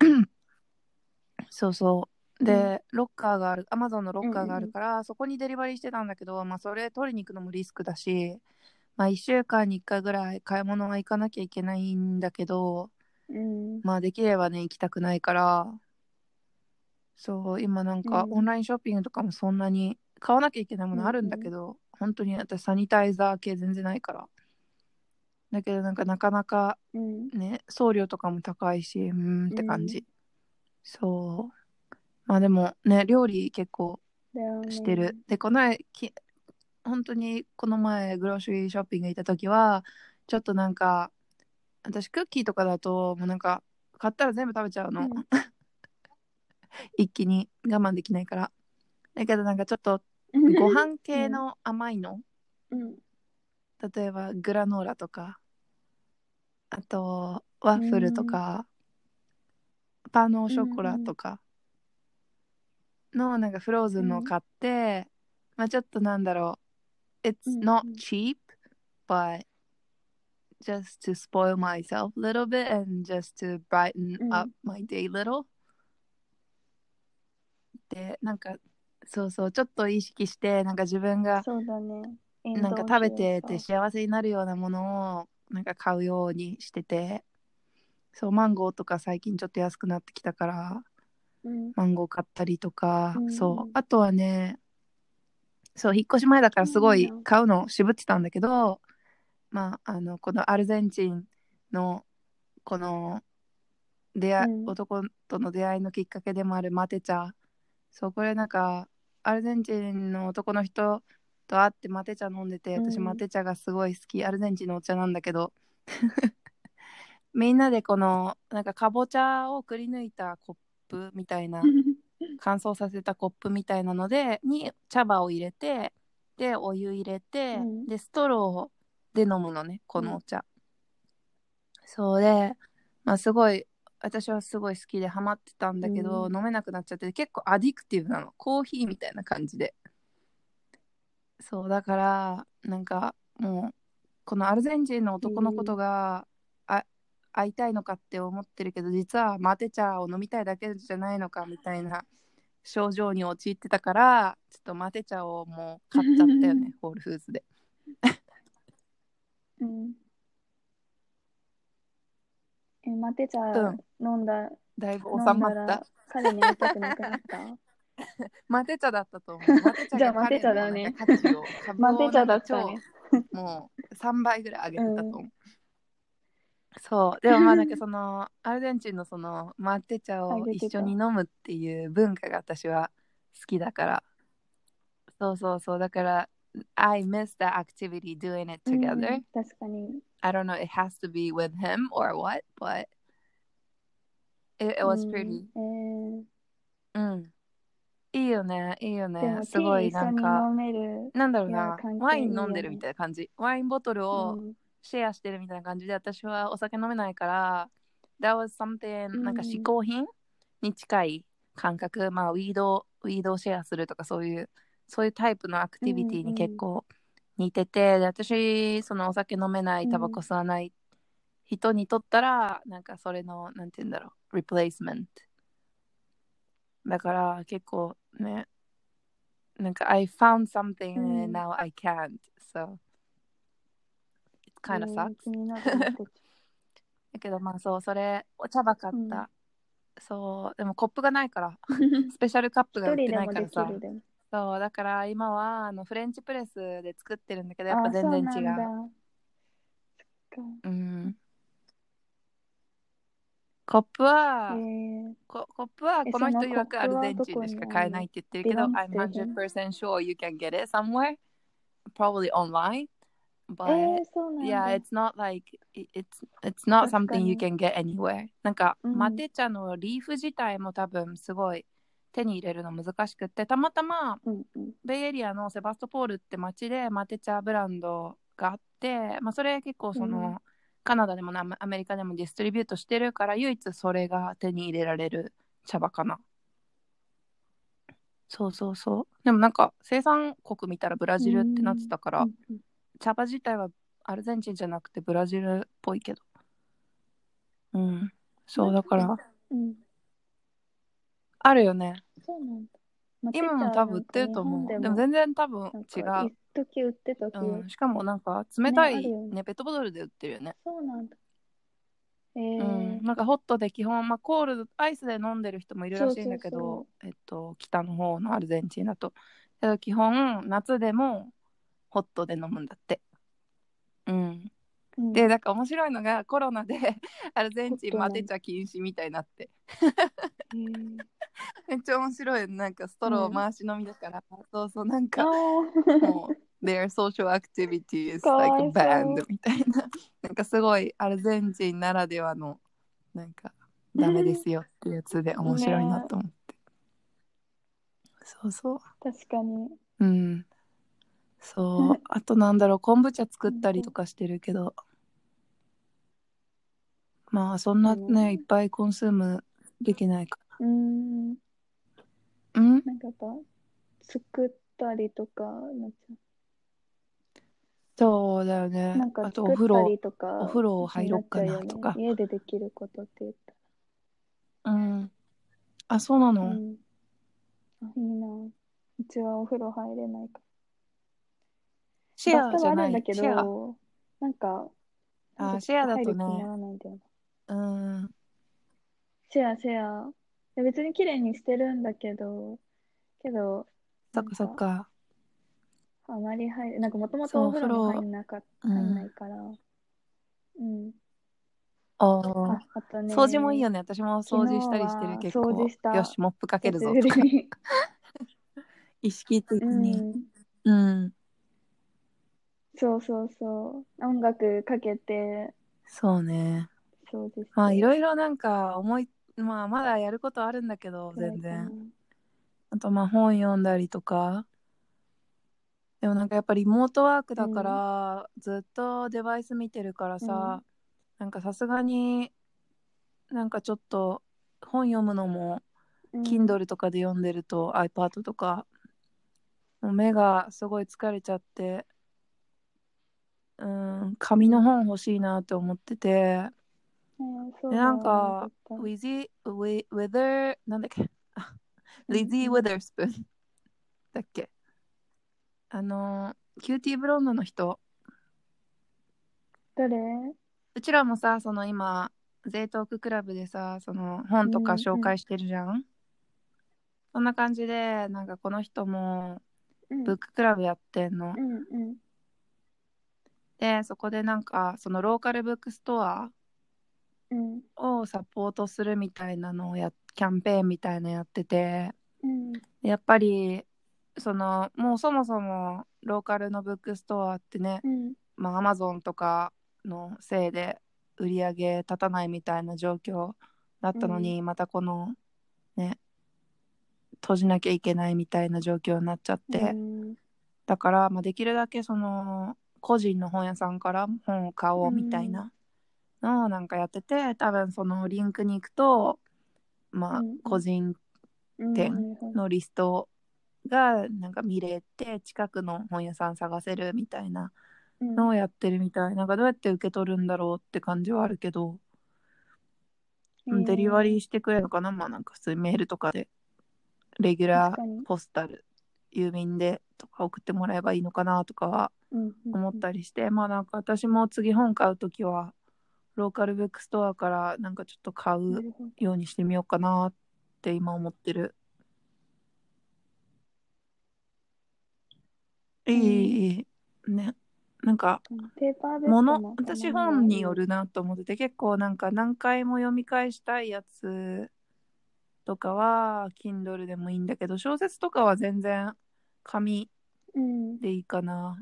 そうそう。で、ロッカーがある、アマゾンのロッカーがあるから、そこにデリバリーしてたんだけど、まあ、それ取りに行くのもリスクだし、まあ、1週間に1回ぐらい買い物は行かなきゃいけないんだけど、まあ、できればね、行きたくないから、そう、今なんかオンラインショッピングとかもそんなに買わなきゃいけないものあるんだけど、本当に私サニタイザー系全然ないから。だけどなんかなかなかね、送料とかも高いし、って感じ。そう。まあでもね、料理結構してる。で、本当にこの前グローシーショッピング行った時は、ちょっとなんか、私クッキーとかだと、もうなんか、買ったら全部食べちゃうの。一気に我慢できないから。だけどなんかちょっとご飯系の甘いの、例えばグラノーラとか、あとワッフルとか、パンのショコラとかのなんかフローズンのを買って、まあちょっとなんだろう、It's not cheap, but just to spoil myself a little bit and just to brighten up my day little. で、なんかそうそう、ちょっと意識して、なんか自分がそうだね。 なんか食べてて幸せになるようなものをなんか買うようにしてて、そうマンゴーとか最近ちょっと安くなってきたから、マンゴー買ったりとか、そうあとはね、そう引っ越し前だからすごい買うの渋ってたんだけど、まあこのアルゼンチンのこの男との出会いのきっかけでもあるマテ茶、そうこれなんかアルゼンチンの男の人と会ってマテ茶飲んでて、私マテ茶がすごい好き、アルゼンチンのお茶なんだけどみんなでこのなんかかぼちゃをくり抜いたコップみたいな乾燥させたコップみたいなのでに茶葉を入れて、でお湯入れて、でストローで飲むのね、このお茶、そうで、まあすごい私はすごい好きでハマってたんだけど、飲めなくなっちゃって結構アディクティブなの、コーヒーみたいな感じで。そうだからなんかもうこのアルゼンチンの男のことが、会いたいのかって思ってるけど、実はマテ茶を飲みたいだけじゃないのかみたいな症状に陥ってたから、ちょっとマテ茶をもう買っちゃったよねホールフーズで。 マテ茶飲んだ、 だいぶ収まった。 彼に会いたくなくなったマテ茶だったと思う。マテ茶が彼のなんか価値を、株をなんか超もう3倍ぐらい上げてたと思う。 そう。でもまあなんかそのアルゼンチンのそのマテ茶をあげてた。 一緒に飲むっていう文化が私は好きだから。そうそうそう。だから、I miss that activity doing it う together. ん、確かに。 I don't know, it has to be with him or what, but it う was ん、 pretty. うん。いいよね、いいよね。 でもティすごいー一緒に飲なんか、 める、 なんだろういや、 な、 関係ワイン飲んでるみいいよね。 たいな感じ。ワインボトルをうん、 シェアしてるみたいな感じで、私はお酒飲めないから、That was something うなんか嗜ん、 好品に近い感覚、まあウィードをシェアするとかそういうタイプのアクうん、 ティビティに結うん、 構似てて、で私、そのお酒飲めない、タバうん、 コ吸わない人にとったら、なんかそれの、なんて言うんだろう、リプレイスメント。だから結構ね、なんか I found something う and ん。 now I can't. So it kind of sucks. 気になるまてちだけどまあそう、それお茶ばかゃん。うん。 った。そう、でもコップがないから、スペシャルカップが売って一人でもないからさ。 できるでも。 そう、だから今はフレンチプレスで作ってるんだけど、やっぱああ、 全然そうなんだ。 違う。 か。 うん。コップは、 えコップはこそのの人曰コップくアルゼはどこンチンでしかにあるの？ 買えないって言ってるけど、 ビバン I'm スで変。 100% sure you can get it somewhere, probably online. But そうなんだ。 yeah, it's not like it's not 確か something you に。 can get anywhere. なんかうん。 マテ茶のリーフ自体も多分すごい手に入れるの難しくって、たまたまうん。うん。 ベイエリアのセバストポールって町でマテ茶ブランドがあって、まあそれ結構うん。 カナダでもアメリカでもディストリビュートしてるから唯一それが手に入れられる茶葉かな。そうそうそう。でもなんか生産国見たらブラうジルってなってん。 たから、 うん。うん。 茶葉自体はアルゼンチンじゃなくてブラジルっぽいけど。うん。そう、だから、 うん。 あるよね。 そうなんだ。マテ今も茶多分売ってるなんか日と思う。でも本でも全然多分なん違う。 か一時売ってた気が。 うん。しかもなんか冷ね、 たい、 あるよね。 ね、ペットボトルで売ってるよね。 そうなんだ。 うん。なんかホットで基本、まあコールド、アイスで飲んでる人もいるらしいんそうそうだけど、 そ北の方のアルゼンチンだと。けど基本、夏でもホットで飲むんだって。うん。 う。うん。 で、なんか面白いのがコロナでアルゼンチンホットなんだ。 マテ茶禁止みたいになって。 へえ。 めっちゃ面白い。なんかストローうん。 回し飲みだから、そうそう、なんあかあ。 もう、their social activity か is わ like いそ banned みたいな。なんかすごいアルゼンチンならではの、なんかう。 ダメですよってやつで面白いなねと思って。そうそえ、確かに。 う。うん。そう。あとなんだろう、昆布茶作ったりと本かしてるけど、まあそん当。 なね、いっぱいコンスームできないかん。 ら。うんなんかやっぱ、作ったりとか、なっちゃそうだよう。 ね。 なんかあと作ったりとかお風呂入になっろっかちゃうよね。 なとか。 家でできることって言ったうん。あ、そうなら。うの？ ん。あ、いいな。うちはお風呂入れないかシら。バスェアじゃない、 タブあるんだけシェア。 ど、なんかシェアだ入る気になとね、 らないんだよな。 うん、 シェア、シェア。で別に綺麗にしてるんだけど、 そっかそっなんか、 か。 あまりなんかもともとそう、 お風呂にお風呂、 入んうん。 ないから、うん。 ああ、 あ、 あと掃除もいいね、 よね。私も昨日掃除したりしてるは掃除結構。 した。 よし、モップかけ久しるぞとか。 ぶりに。 意識的うに。 ん。 うん。 そうそうそう。音楽かけてそうね。 掃除しまあ、いろていろなんかまあ、まだやることあるんだけど、 くらいかな。 全然。あと、まあ、本読んだりとか。でもなんかやっぱりリモートワークだかうん。 ら、ずっとデバイス見てるからうん。 さ、なんかさすがになんかちょっと本読むのもうん。 Kindle とかで読んでると iPad とかもう目がすごい疲れちゃって紙のうん。 本欲しいなって思っててそうだでなんよね、 か絶対。 なんだっけうんうリジー・ウィん。 ザースプーンだっけキューティーブロンドの人誰？ うちらもさその今ゼートーククラブでさその本とかうんうん紹介してるじゃんそんな感じでなんかこの人もうんブッククラブやってんのうんうんで、そこでなんか、そのローカルブックストアうんをサポートするみたいなのをキャンペーンみたいなのやってて、 うんやっぱりもうそもそもローカルのブックストアってね、 うんまあアマゾンとかのせいで売り上げ立たないみたいな状況だったのに、またこのね閉じなきゃいけないみたいな状況になっちゃっうて、 んだから、まあ、できるだけ個人の本屋さんから本を買おうみたいなのをなんかやってて、多分そのリンクに行くと、まあ個人店のリストがなんか見れて近くの本屋さん探せるみたいなのをやってるみたい。なんかどうやって受け取るんだろうって感じはあるけど、デリバリーしてくれるのかな。まあなんか普通にメールとかでレギュラーポスタル郵便でとか送ってもらえばいいのかなとかは思ったりして、まあなんか私も次本買うときはローカルブックストアからなんかちょっと買うようにしてみようかなって今思ってる。いいね。なんかペーパーブックも私本によるなと思ってて、結構なんか何回も読み返したいやつとかは Kindle でもいいんだけど、小説とかは全然紙でいいかな。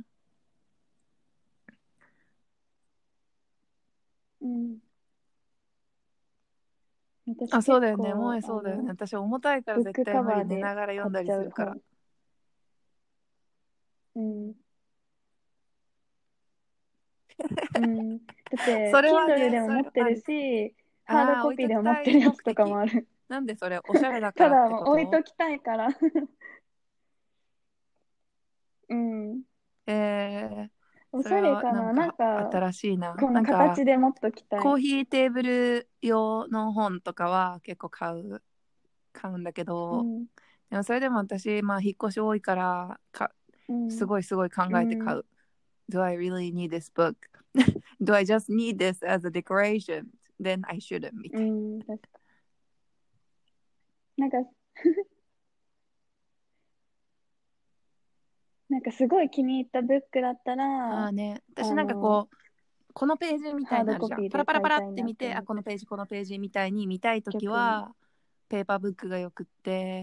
あ、そうだよね。もうそうだよね。私重たいから絶対無理。寝ながら読んだりするから。 だって Kindle でも持ってるし、ハードコピーでも持ってるやつとかもある。 なんでそれおしゃれだからってこと？ ただ置いときたいからおしゃれかな。なんか新しいな。 この形で持っときたい。 コーヒーテーブル用の本とかは結構買うんだけど、でもそれでも私、まあ引っ越し多いからすごい考えて買う。Do I really need this book? Do I just need this as a decoration? Then I shouldn't. みたいな。 なんかすごい気に入ったブックだったら、 私なんかこのページみたいになるじゃん。パラパラパラって見て、このページみたいに見たいときは、ペーパーブックがよくって、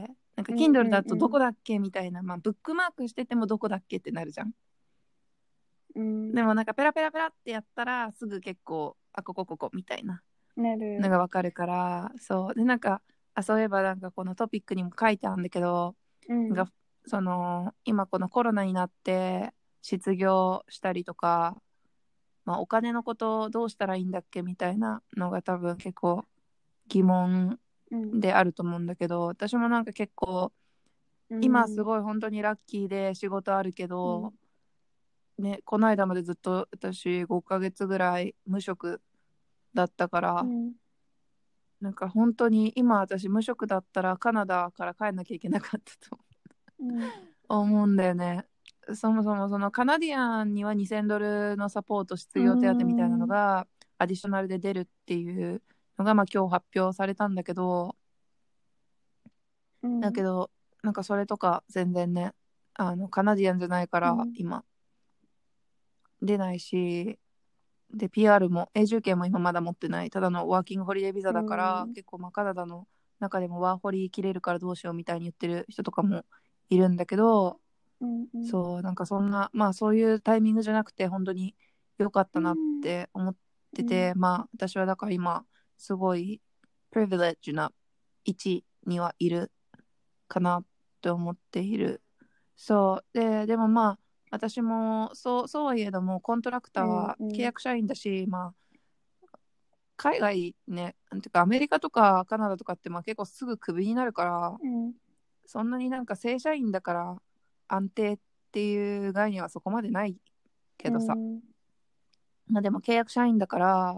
なんか Kindle だとどこだっけみたいな、まあブックマークしててもどこだっけってなるじゃん。でもなんかペラペラペラってやったらすぐ結構ここみたいなのがわかるから、そうでなんかそういえばなんかこのトピックにも書いてあるんだけど、なんか今このコロナになって失業したりとか、まあ、お金のことどうしたらいいんだっけみたいなのが多分結構疑問であると思うんだけど、私もなんか結構今すごい本当にラッキーで仕事あるけど、ね、この間までずっと私5ヶ月ぐらい無職だったから、なんか本当に今私無職だったらカナダから帰んなきゃいけなかったと思うんだよね。そもそもそのカナディアンには$2000のサポート失業手当みたいなのがアディショナルで出るっていうのがまあ今日発表されたんだけど、なんかそれとか全然ねカナディアンじゃないから今出ないし、で PR も永住権も今まだ持ってない、ただのワーキングホリデービザだから、結構まあカナダの中でもワーホリ切れるからどうしようみたいに言ってる人とかもいるんだけど、そうなんかそんなまあそういうタイミングじゃなくて本当に良かったなって思ってて、まあ私はだから今すごいプリビレッジな位置にはいるかなって思っている。そうでもまあ私もそうはいえどもコントラクターは契約社員だし、まあ海外ね、なんていうかアメリカとかカナダとかってまあ結構すぐクビになるから、そんなになんか正社員だから安定っていう概念はそこまでないけどさ、まあでも契約社員だから、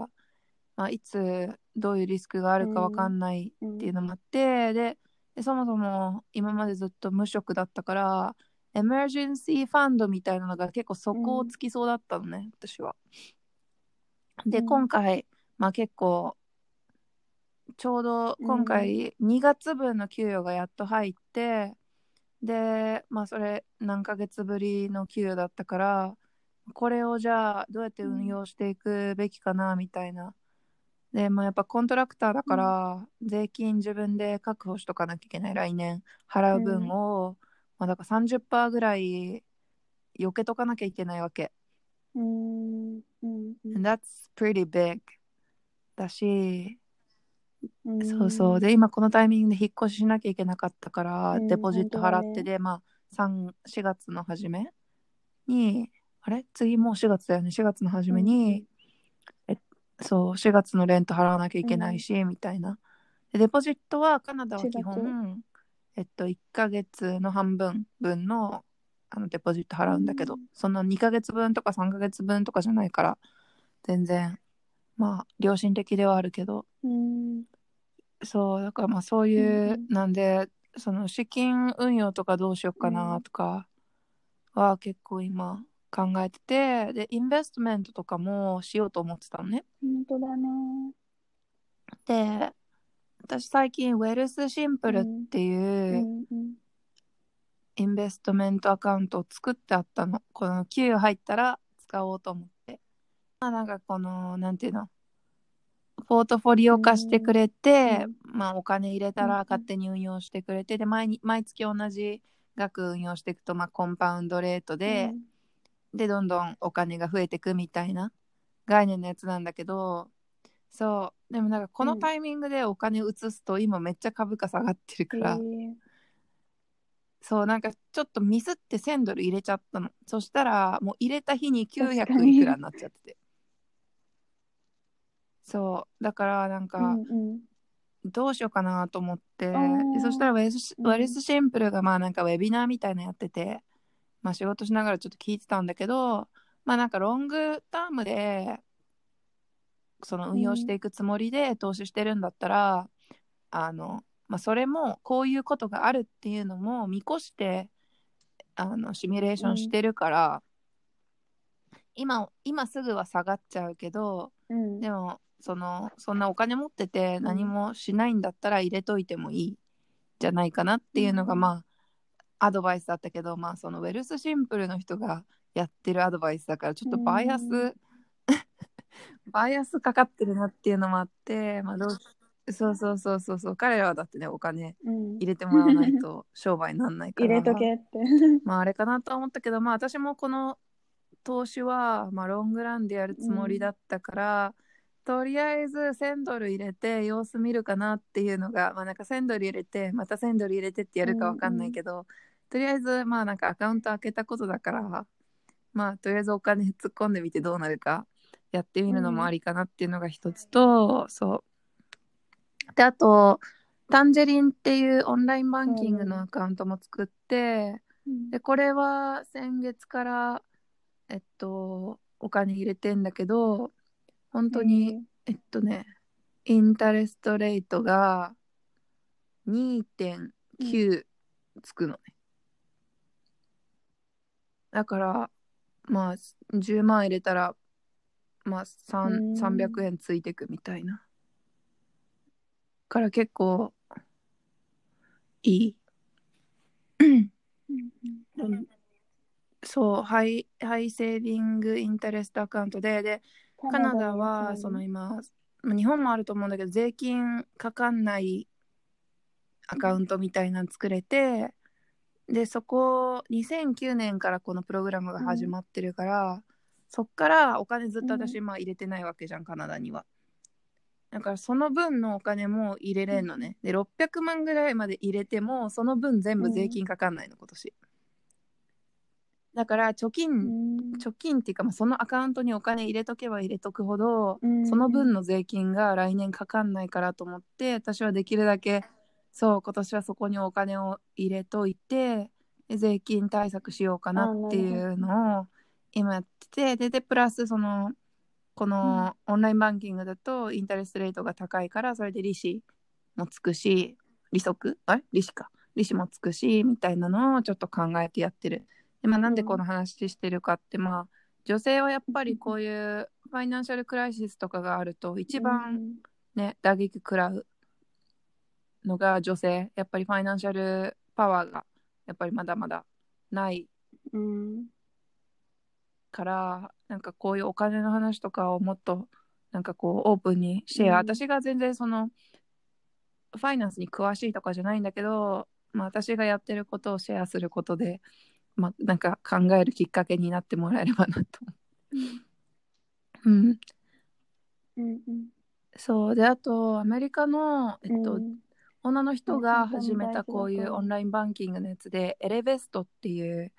まあ、いつどういうリスクがあるかわかんないっていうのもあって、でそもそも今までずっと無職だったからエマージェンシーファンドみたいなのが結構底をつきそうだったのね、私は。で今回まあ結構ちょうど今回2月分の給与がやっと入って、でまあそれ何ヶ月ぶりの給与だったからこれをじゃあどうやって運用していくべきかなみたいなで、まあ、やっぱコントラクターだから、税金自分で確保しとかなきゃいけない。来年払う分を、まあ、だから30%ぐらい避けとかなきゃいけないわけ。And that's pretty big. だし、そうそう。で、今このタイミングで引っ越ししなきゃいけなかったから、デポジット払ってで、まあ、4月の初めに、あれ次もう4月だよね。4月の初めに、そう、4月のレント払わなきゃいけないし、みたいな。で、デポジットはカナダは基本、1ヶ月の半分分のデポジット払うんだけど、その2ヶ月分とか3ヶ月分とかじゃないから、全然、まあ、良心的ではあるけど、そう、だからまあそういう、なんで、その資金運用とかどうしようかなとかは結構今考えてて、で、インベストメントとかもしようと思ってたのね。 本当だね。 で、私最近ウェルスシンプルっていうインベストメントアカウントを作ってあったの。この給与入ったら使おうと思って。まあなんかこの、なんていうの、ポートフォリオ化してくれて、まあお金入れたら勝手に運用してくれて、で、毎月同じ額運用していくと、まあコンパウンドレートで、で、どんどんお金が増えていくみたいな概念のやつなんだけど、そう。でもなんかこのタイミングでお金移すと今めっちゃ株価下がってるから、そう、なんかちょっとミスって1000ドル入れちゃったの。そしたらもう入れた日に900いくらになっちゃってて。そう。だからなんか、どうしようかなと思って、でそしたらウェルスシンプルがまあなんかウェビナーみたいなのやってて、まあ仕事しながらちょっと聞いてたんだけど、まあなんかロングタームでその運用していくつもりで投資してるんだったら、まあそれもこういうことがあるっていうのも見越してシミュレーションしてるから、今すぐは下がっちゃうけど、でもそんなお金持ってて何もしないんだったら入れといてもいいじゃないかなっていうのがまあアドバイスだったけど、まあそのウェルスシンプルの人がやってるアドバイスだからちょっとバイアスかかってるなっていうのもあって、まあそう彼らはだってねお金入れてもらわないと商売になんないから入れとけってまああれかなと思ったけど、まあ私もこの投資は、まあ、ロングランでやるつもりだったから、とりあえず1000ドル入れて様子見るかなっていうのが、まあなんか1000ドル入れて、また1000ドル入れてってやるかわかんないけど、とりあえずまあなんかアカウント開けたことだから、まあとりあえずお金突っ込んでみてどうなるかやってみるのもありかなっていうのが一つと、そう。で、あと、タンジェリンっていうオンラインバンキングのアカウントも作って、で、これは先月から、お金入れてんだけど、本当に、インタレストレートが2.9つくのね。だから、まあ、10万入れたら、まあ、300円ついてくみたいな。から結構、いい。そう、ハイセービングインタレストアカウントで、カナダは、その今、日本もあると思うんだけど、税金かかんないアカウントみたいなの作れて、で、そこ、2009年からこのプログラムが始まってるから、そっからお金ずっと私、まあ入れてないわけじゃん、カナダには。だからその分のお金も入れれんのね。で、600万ぐらいまで入れても、その分全部税金かかんないの、今年。だから貯金っていうか、まあ、そのアカウントにお金入れとけば入れとくほど、その分の税金が来年かかんないからと思って、私はできるだけ、そう、今年はそこにお金を入れといて、で税金対策しようかなっていうのを今やってて、で、プラスこのオンラインバンキングだとインタレストレートが高いから、それで利子もつくし、利子もつくし、みたいなのをちょっと考えてやってる。で、まあ、なんでこの話してるかって、まあ、女性はやっぱりこういうファイナンシャルクライシスとかがあると一番ね、打撃食らうのが女性。やっぱりファイナンシャルパワーがやっぱりまだまだないから、なんかこういうお金の話とかをもっとなんかこうオープンにシェア、私が全然そのファイナンスに詳しいとかじゃないんだけど、まあ、私がやってることをシェアすることで、まあ、なんか考えるきっかけになってもらえればなと。うん。そうで、あとアメリカの、女の人が始めたこういうオンラインバンキングのやつで、エレベストっていう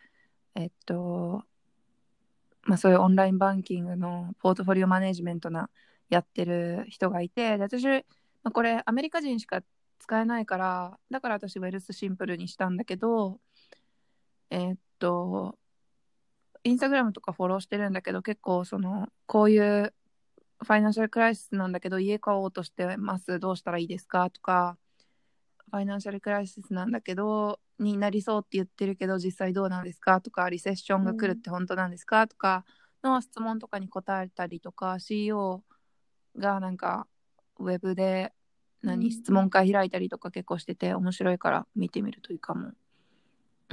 まあ、そういうオンラインバンキングのポートフォリオマネジメントやってる人がいて、で私、まあ、これアメリカ人しか使えないから、だから私ウェルスシンプルにしたんだけど、インスタグラムとかフォローしてるんだけど、結構こういうファイナンシャルクライシスなんだけど、家買おうとしてます、どうしたらいいですかとか、ファイナンシャルクライシスなんだけど、になりそうって言ってるけど、実際どうなんですかとか、リセッションが来るって本当なんですかとかの質問とかに答えたりとか、CEO がなんかウェブで質問会開いたりとか結構してて面白いから見てみるといいかも。うん。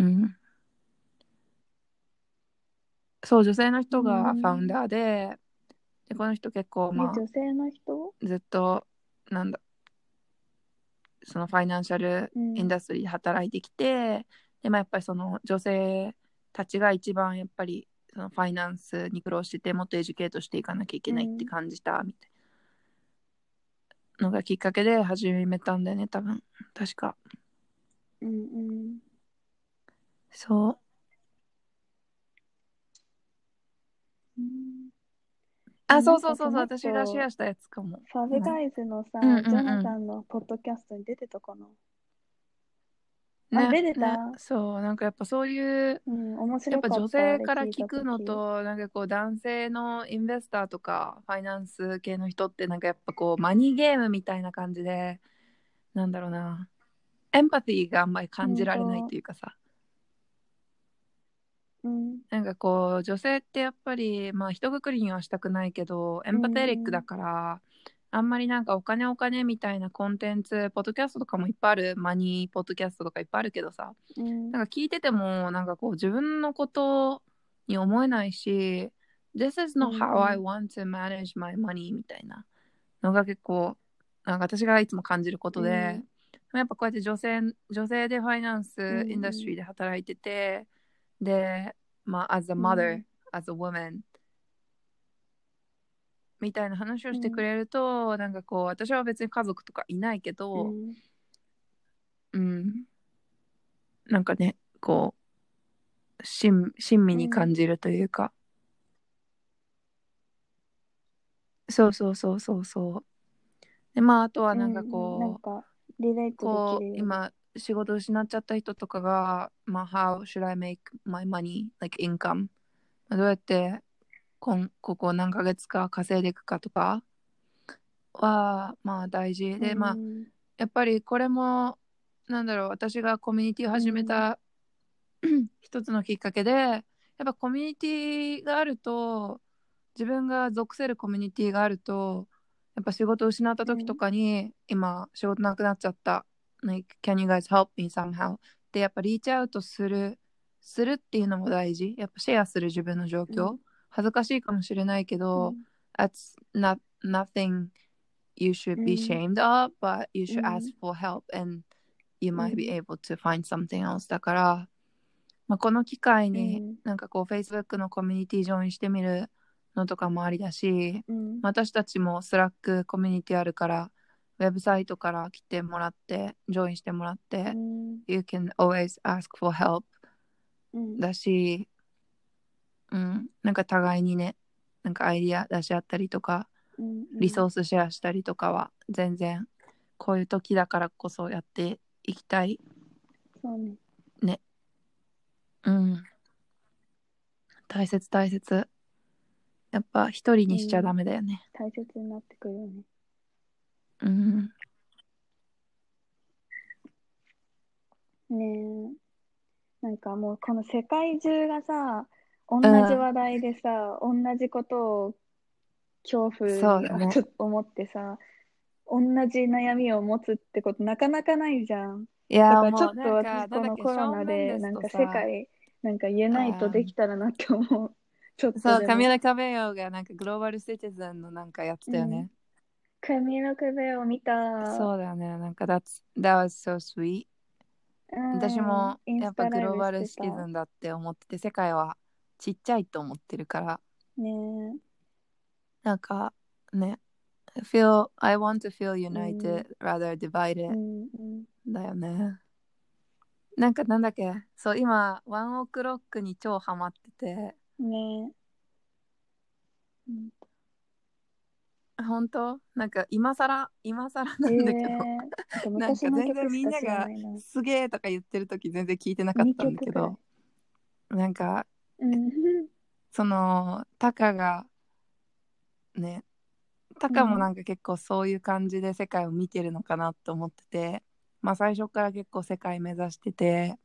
そう、女性の人がファウンダーで、この人結構女性の人ずっとそのファイナンシャルインダストリーで働いてきて、でまあ、やっぱりその女性たちが一番やっぱりそのファイナンスに苦労してて、もっとエデュケートしていかなきゃいけないって感じたみたいなのがきっかけで始めたんだよね、多分。確か。そう。そうそうそうそう、私がシェアしたやつかも。 ファブガイズのさ、ジョナサンのポッドキャストに出てたかな。出てた、 そう、なんかやっぱそういう、 面白やっぱ女かった。 性から聞くのと、なんかこう男性のインベスターとかファイナンス系の人ってなんかやっぱこうマニーゲームみたいな感じで、なんだろうな、エンパティがあんまり感じられないっていうかさ、なんかこう女性ってやっぱりまあ一括りにはしたくないけどエンパテリックだから、あんまりなんかお金みたいなコンテンツ、ポッドキャストとかもいっぱいある、マニーポッドキャストとかいっぱいあるけどさ、なんか聞いててもなんかこう自分のことに思えないし、This is not how I want to manage my money みたいなのが結構なんか私がいつも感じることで、やっぱこうやって女性でファイナンスインダストリーで働いてて、で、まあ as a mother、as a woman みたいな話をしてくれると、なんかこう私は別に家族とかいないけど、なんかね、こう親身に感じるというか、そうそうそうそうそう。でまああとはなんかこう、 リレートできるよね。 今仕事失っちゃった人とかが、まあ How should I make my money like income、どうやってここ何ヶ月か稼いでいくかとかはまあ大事で、まあやっぱりこれもなんだろう、私がコミュニティを始めた、一つのきっかけで、やっぱコミュニティがあると、自分が属せるコミュニティがあると、やっぱ仕事を失った時とかに、今仕事なくなっちゃった、like, Can you guys help me somehow ってやっぱリーチアウトするっていうのも大事。やっぱシェアする自分の状況、恥ずかしいかもしれないけど、That's nothing you should be ashamed of, but you should ask for help and you might be able to find something else だから、まあ、この機会になんかこう Facebook のコミュニティジョインしてみるのとかもありだし、私たちもスラックコミュニティあるからウェブサイトから来てもらってジョインしてもらって、You can always ask for help、だし、なんか互いにね、なんかアイディア出し合ったりとか、リソースシェアしたりとかは全然こういう時だからこそやっていきたい。 そうね。 ね。大切。やっぱ一人にしちゃダメだよね。 大切になってくるよね。ねえ。なんかもうこの世界中がさ、同じ話題でさ、同じことを恐怖に思ってさ、同じ悩みを持つってことなかなかないじゃん。 いや、 だからちょっと私このコロナででなんか世界なんかユナイトできたらなって思う。 ちょっとそう、 でも。 カミラ・カベヨがなんかグローバル・シティズンのなんかやってたよね。 カミラ・カベを見た。 そうだよね。なんかthat was so sweet。私もインやっスタライぱグローバブしてた。 ルシティズンだって思ってて、世界はちっちゃいと思ってるから、 ねなんかね、I want to feel united rather divided だよね。なんかなんだっけ、そう、今、ワンオクロックに超ハマってて、 ね本当なんか今更なんだけど、なん昔のか全然曲しかみんなが知らないな。 すげーとか言ってる時全然聞いてなかっ 2 たんだ曲くらい。 けど、なんかうん。 そのタカがね、タカもなんか結構そういう感じで世界を見てるのかなと思ってて、まあ最初から結構世界目指してて、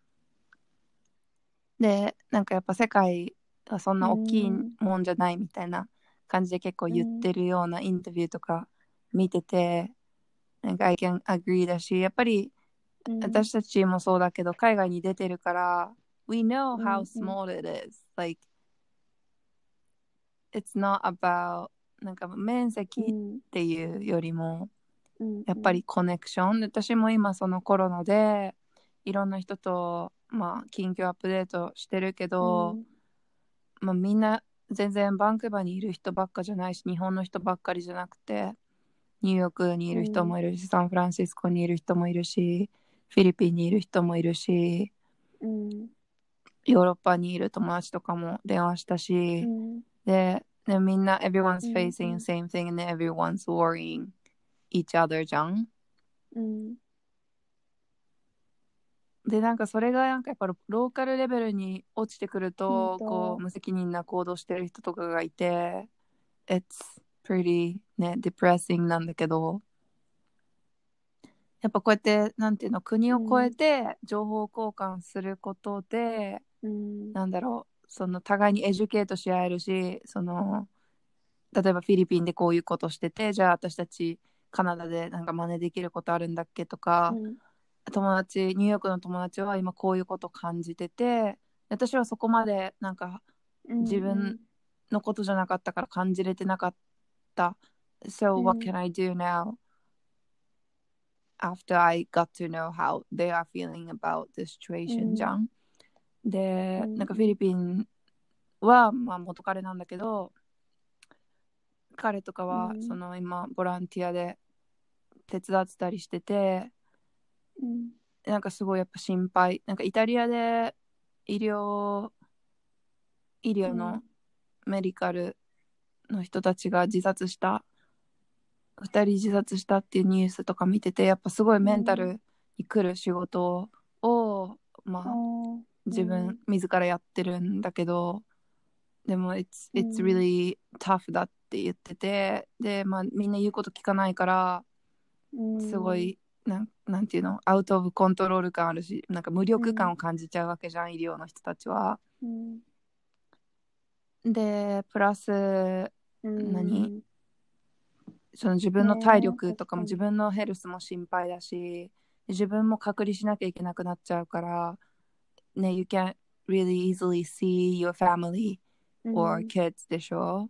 でなんかやっぱ世界はそんな大きいもんじゃないみたいな感じで結構言ってるようなインタビューとか見てて、なんか I can agree だし、やっぱり私たちもそうだけど海外に出てるから、We know how small it is. Like it's not about なんか面積っていうよりも、やっぱりコネクション。私も今そのコロナでいろんな人とまあ近況アップデートしてるけど、まあみんな全然バンクーバーにいる人ばっかじゃないし、日本の人ばっかりじゃなくて、ニューヨークにいる人もいるし、サンフランシスコにいる人もいるし、フィリピンにいる人もいるし、ヨーロッパにいる友達とかも電話したし、でみんな everyone's facing the same thing and everyone's worrying each other じゃん。でなんかそれがなんかやっぱローカルレベルに落ちてくると、こう無責任な行動してる人とかがいて、It's pretty ね depressing なんだけど、やっぱこうやってなんていうの、国を越えて情報交換することで、なんだろう、その互いにエデュケートし合えるし、その例えばフィリピンでこういうことしてて、じゃあ私たちカナダでなんか真似できることあるんだっけとか、友達ニューヨークの友達は今こういうこと感じてて、私はそこまでなんか自分のことじゃなかったから感じれてなかった。So what can I do now after I got to know how they are feeling about the situation じゃん。で、なんかフィリピンはまあ元彼なんだけど、彼とかはその今ボランティアで手伝ってたりしてて、なんかすごいやっぱ心配。なんかイタリアで医療のメディカルの人たちが自殺した、2人自殺したっていうニュースとか見てて、やっぱすごいメンタルに来る仕事を、まあ自分自らやってるんだけど、でも it's really tough だって言ってて、でまあみんな言うこと聞かないから、すごいなんていうの、アウトオブコントロール感あるし、なんか無力感を感じちゃうわけじゃん、医療の人たちは。でプラスその自分の体力とかも自分のヘルスも心配だし、自分も隔離しなきゃいけなくなっちゃうからね、You can't really easily see your family or kids でしょ。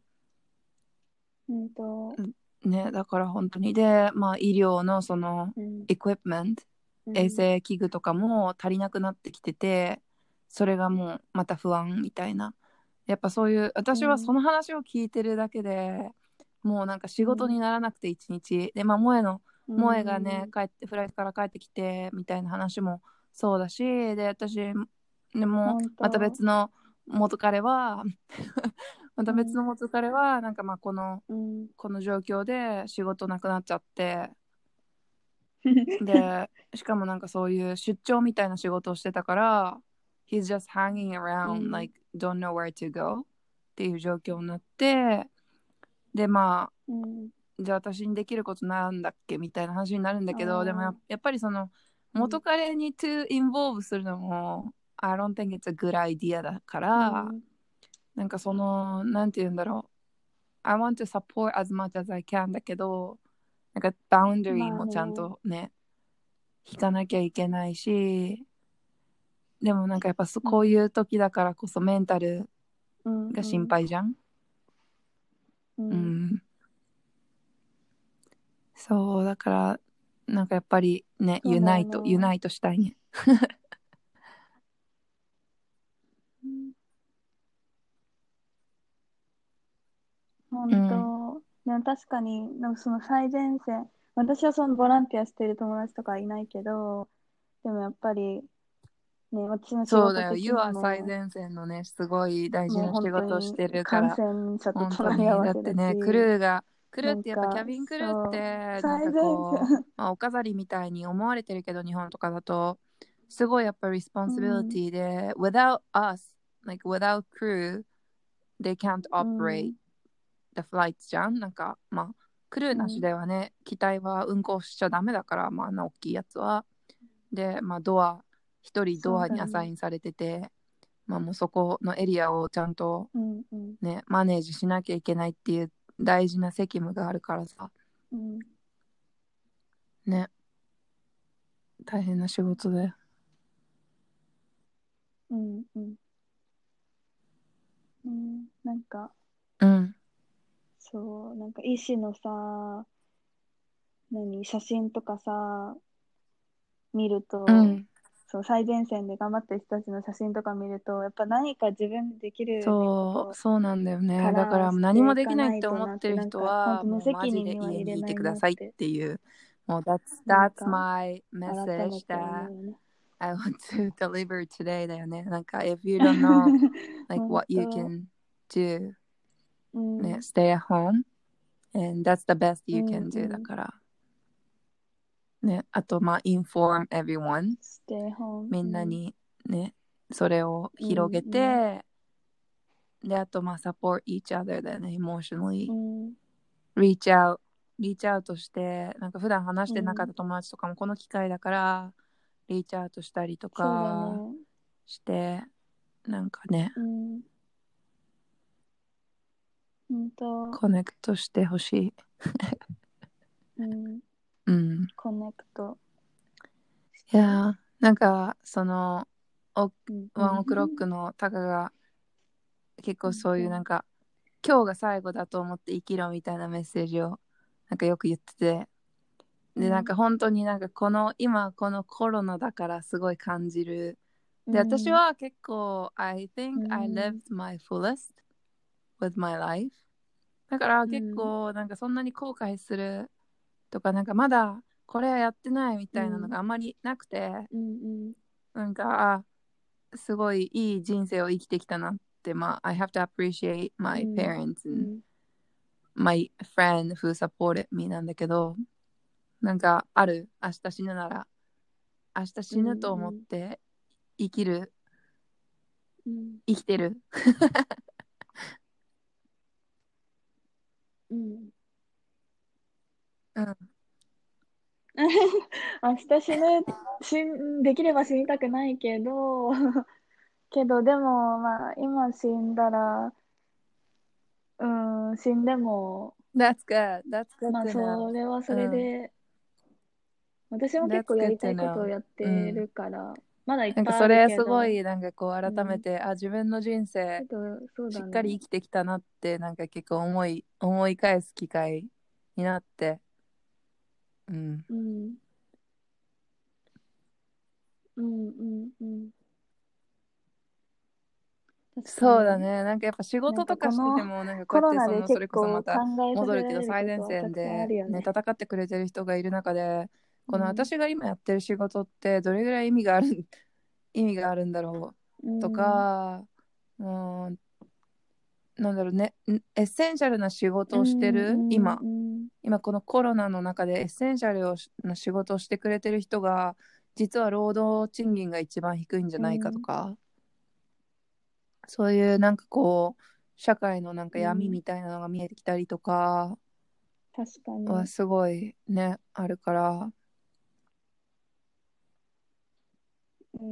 ね、だから本当にで、まあ医療のそのエクイプメント、衛生器具とかも足りなくなってきてて、それがもうまた不安みたいな。やっぱそういう、私はその話を聞いてるだけで、もうなんか仕事にならなくて一日で、まあ萌えがねフライトから帰ってきてみたいな話もそうだし、で私でもまた別の元彼はまた別の元彼はなんかまあこの状況で仕事なくなっちゃってでしかもなんかそういう出張みたいな仕事をしてたから He's just hanging around like don't know where to go っていう状況になって、でまあじゃあ私にできることなんだっけみたいな話になるんだけど、でもやっぱりその元彼に to involve するのもI don't think it's a good idea だから、なんかそのなんて言うんだろう、I want to support as much as I can だけど、なんかバウンダリーもちゃんとね、引かなきゃいけないし、でもなんかやっぱこういう時だからこそメンタルうんが心配じゃん。 ううんん。そう、だから、なんかやっぱりね、 そうだよね。 ユナイトしたいね。 うんう本ん。 当、でも確かに、なんかその最前線、私はそのボランティアしてる友達とかはいないけど、でもやっぱりね、私の仕そうだよ。 事的 You に are 最も、 前線のね、すごい大事もうな仕本当に事をしてるか感ら、 染者と本当隣り合に。 わせだし、 だってね、クルーなんってやっぱキか、 ャビンクルーっそう、 て、なんか最前こう、 線、 まあ、お飾りみたいに思われてるけど、日本とかだと、すごいやっぱリスポンうシビリん、 ティで、without us, like without crew, they can't う operate ん、 the flights じゃん。なんか、まあ、クルーなしうん、 ではね、機体は運航しちゃダメだから、まあ、あの大きいやつは。で、まあ、一人ドアにアサそうだね。 インされてて、まあもうそこのエリアをちゃんとうんうん、 ね、マネージしなきゃいけないっていう大事な責務があるからさ、 うん、 ね、大変な仕事だよ。 うん、うん。なんか、 うん、 そう、なんか医師のさ、写真とかさ、見ると、 うん、 そう、最前線で頑張ってる人たちの写真とか見ると、やっぱ何か自分でできるね、こそう、 とそうなんだよね。だかかららしてい何もできかないないって思となって、 ってる人なんか、本は、 当無もうマ責ジで任には入家にいてれないくださいっなって、 ていう、もうなん that's か、 my 改 message めて思 that うよね。 I want to deliver today だよね。なんか、if you don't know, like, 本 what you 当、 can do, ね、 うん、 stay at home, and that's the best う you ん、 can う do だん。 から。ね、あと、まあ、inform everyone。 stay home、 みうん、 んなにね、それをうん、 広げうん、 て、で、あと、まあ、support each other だよね、 う emotionally。 ん、 reach out、reach out して、なんか普段話してなかっうん。 た友達とかもこの機会だから、リーチアウトしたりとそうだかね。 して、なんかね、 うん、本当、 コネクトしてほしい。 うん、 うん。 コネクトして。 いやー、なんか、その、 うん、うん、 ワンオクロックのタカが結構そういうそう。 なんか、今日が最後だと思って生きろみたいなメッセージをなんかよく言ってて、で、なんうん、 か本当になんか今このコロナだからすごい感じる。で、私うん、 は結構、I う think I ん、 lived my fullest with my life。だから結うん、 構なんかそんなに後悔するとか、なんかまだこれはやってないみたいなのうん、 があんまりなくて、 うん、 なんか、すごいいい人生を生きてきたなって、まあ、I have to appreciate う my ん、 parents う and ん、 my friend who supported me なんだけど、なんか明日死ぬなら、明日うん、 死ぬと思って生きる、 うん、 生きてる。 うん。 うん。 明日できれば死にたくないけど、でも、まあ、今死んだら、死んでも、 That's good. That's good まあ、 to know. それはそうん。 れで、私も結 That's 構や good りた to いことを know. やってうん。 るから、まだいっなんかぱいあるそれすごけど、 いなんかこう改めうん。 て、自分の人生そうしっだね。 かり生きてきたなってなんか結構思い返す機会になって、うん。 うん。うん、うん、うん。確かに。 そうだね。なんかやっぱ仕なん事とかしてかこのても、なんかこうコやってロナでそれこそま結構考たえさ戻るけどせられる最前ことはた線でくさんあるよね、 ね。 戦ってくれてる人がいる中で、このうん。 私が今やってる仕事ってどれぐらい意味があるんだろううとん。 か、うん、なんだろうね、エッセンシャルな仕う事をしてん。うるん。うん。 今このコロナの中でエッセンシャルな仕事をしてくれてる人が、実は労働賃金が一番低いんじゃないかとうん。 か、そういうなんかこう、社会のなんかうん。 闇みたいなのが見えてきたりとか確かに。 はすごいね、あるから、 うん。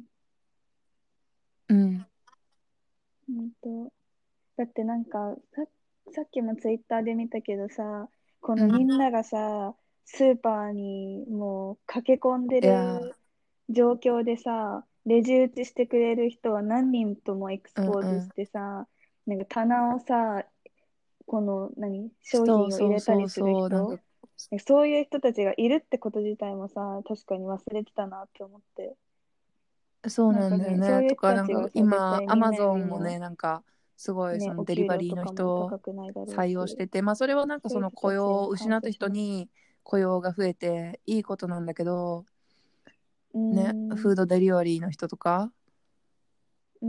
うん、 本当。だってなんか、さっきもツイッターで見たけどさ、こうん、 のみんながさ、スーパーにもう駆け込んでいやる状況でさ、レジ打ちしてくれる人は何人ともエクスー、うんポーズしうん、 てさ、 なんか棚をさ、この商そう品を入そうそうれたりするそう、なんか、 人、そういう人たちがいるってこと自体もさ、確かに忘れてたなって思って。 そうなんだよなんかね、そうね。 いうとか、なん人たちがさ、絶今、 対アマみんなよゾンもね、 りもなんか、すごいね、 そのおデリバリー給料とかの人をも高くないだろう採用しし、 てて、まあそれはなんかそういうその人たち雇用をに感失った謝します。 人に雇用が増えていいことなんだけど、 うーね、フん、 ードデリバリーの人とか、 うん、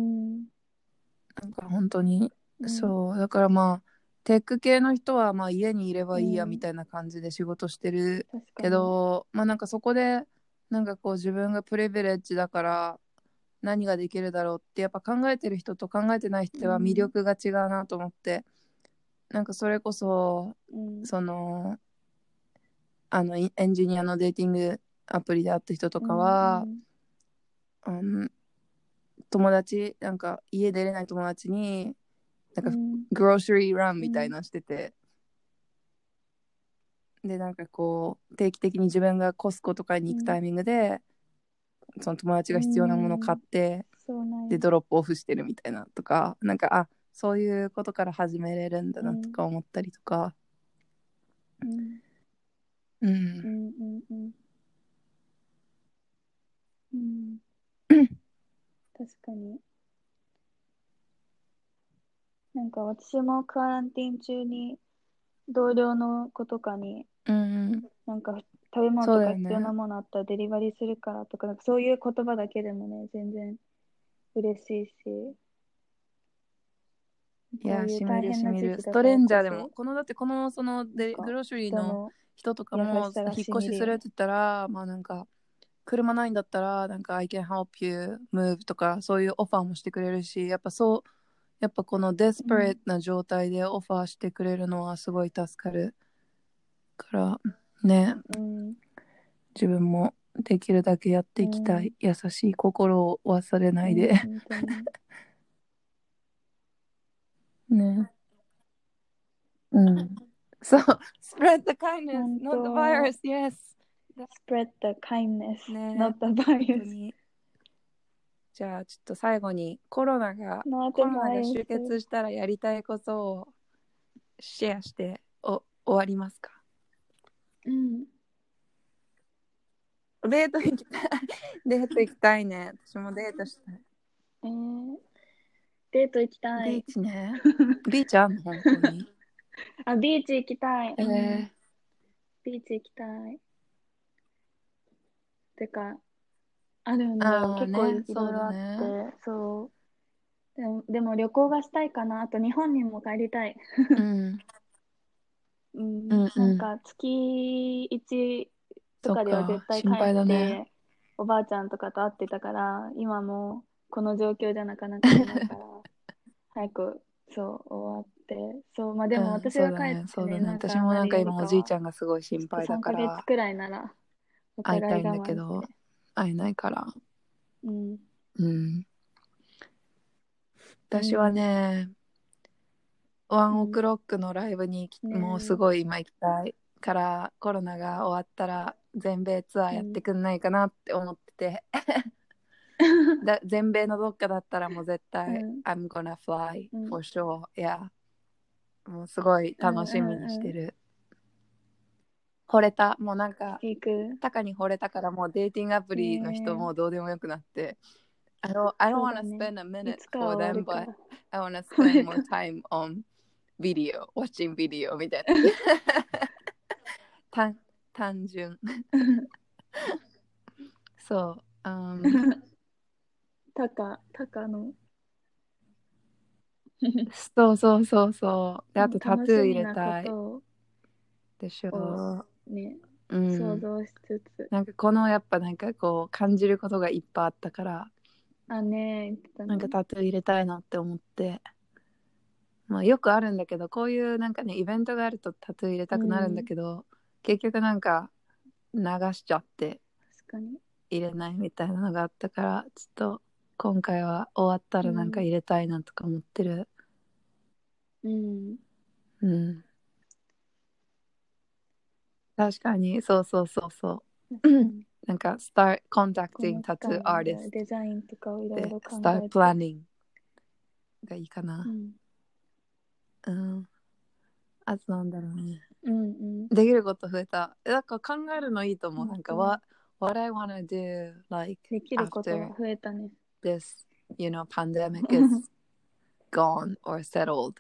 なんか本当に、 うん、 そう、だからまあ、テック系の人はまあ家にいればいいやみうん、 たいな感じで仕事してるけ確かに。 ど、まあなんかそこで、なんかこう自分がプリビレッジだから何ができるだろうってやっぱ考えてる人と考えてない人は魅うん、 力が違うなと思って、なんかそれこそ、 うん、 その、エンジニアのデーティングアプリで会った人とうん、うかは、 ん、 うん、友達、なんか家出れない友達に、なんかうん、 グローシャリーランみたいうん、 なのしてて、で、なんかこう、定期的に自分がコスコとかにうん、 行くタイミングで、その友達うが必要なものを買っん、 て、で、 そうなんや。 ドロップオフしてるみたいなとか、なんか、あ、そういうことから始めれるんだなとうん、 か思ったりとか、 うん、 うん。 うん、うん、うん、うん、確かに。なんか私もクアランティン中に同僚の子とかに、 うん。 なんか食べ物そうとか必要だよね。 なものあったらデリバリーするからとか、なんかそういう言葉だけでもね、全然嬉しいし、 いや、 こういうしみる大変なしみる。 時期だかストレらこそ、 ンジャーでも、このだってこのそのなんかグローシャリーの人の人とか優もしさが引っしみるよね。 越しするって言ったら、まあなんか車ないんだったら、なんか I can help you move とかそういうオファーもしてくれるし、やっぱそう、やっぱこのデスペレートな状態でオファーしてくれるのはすごい助かるからね、 うん、 自分もできるだけやってういきたん、 い。優しい心を忘れないで。 うん、本当に。 ね。うん。そう、spread the kindness, 本 not the 当、 virus, yes. spread the kindness, ね、 not the 本当 virus, に。じゃあちょっと最後にコ not the ロナが終 virus. 結したらやりたいことをシェアして終わりますか？ うん。 デート行きたい。デート行きたいね。私もデートしたい。 えー、デート行きたビーい。 チね。ビーチあんの本当に。 あ、ビーチ行きたい。うん。 えビーチ行きたい。てか、あるんだよ。 ああ結構ね、 いろそうだいろあって、 ね。 そう。でも旅行がしたいかな。あと日本にも帰りたい。 うん、 うん。 うん、うん。 なんか月1とそっかでは絶か、心対帰っ配だね。 て、おばあちゃんとかと会ってたから、今もこの状況じゃなかなか会えないから、早く、そう、終わって。そう、まあでもうん、 私が帰っそうだね、 てね、 そうだね。 なんか私もなんなるか今おじいちよりかは、 ゃんがすごいちょっと心配だ 3ヶ月からくらいなら、お互い会いたいんだ我慢して。 けど、会えないから。 うん。 うん。私はうん。 ね、ワンオうん。 クロックのライブにもうすねごい今行きたいからコロナが終わったら全米ツアーえ。うん。 やってくんないかなって思ってて全米のどっかだったらもう絶対うん。 I'm gonna fly うん。 for sure yeah もうすごいうん。 楽しみにうん。うん。 してる。惚れた、もうなんか行く。 タカに惚れたからもうデーティングアプリの人ねえ。 もどうでもよくなって I don't そう want だ to ね。 spend a い minute つかは for 終わ them るか but ら。 I want to 終わ spend る more か time on video watching video みたいな単単純。 ら。 そう。 タカのそうそうそうそう。で、あとタもう楽トゥー入しみなこれたい。 とでしをょね、 う。うん。 想像しつつ。 なんかこのやっぱなんかこう感じることがいっぱいあったから、 あ、ねえ、言ってたなんかね。 タトゥー入れたいなって思って。まあよくあるんだけど、こういうなんかね、イベントがあるとタトゥー入れうたくなるんだん。 けど、結局なんか流しちゃって確かに。 入れないみたいなのがあったから、ちょっと今回は終わったらなんかうん。 入れたいなとか思ってる。 うん。 うん。確かに、そうそうそうそう。 確かに。 なんか、start こ contacting の期間 tattoo はじゃあ artists デザインとかをいろいで、 ろ考 start えて。 planning がいいかな。 うん。 うん。あとなんだろうね。 うんうん。 できること増えた。だから考えるのいいと思う。なんか、 本 what I wanna do, like, できること after は増えたね。 this, pandemic is gone or settled.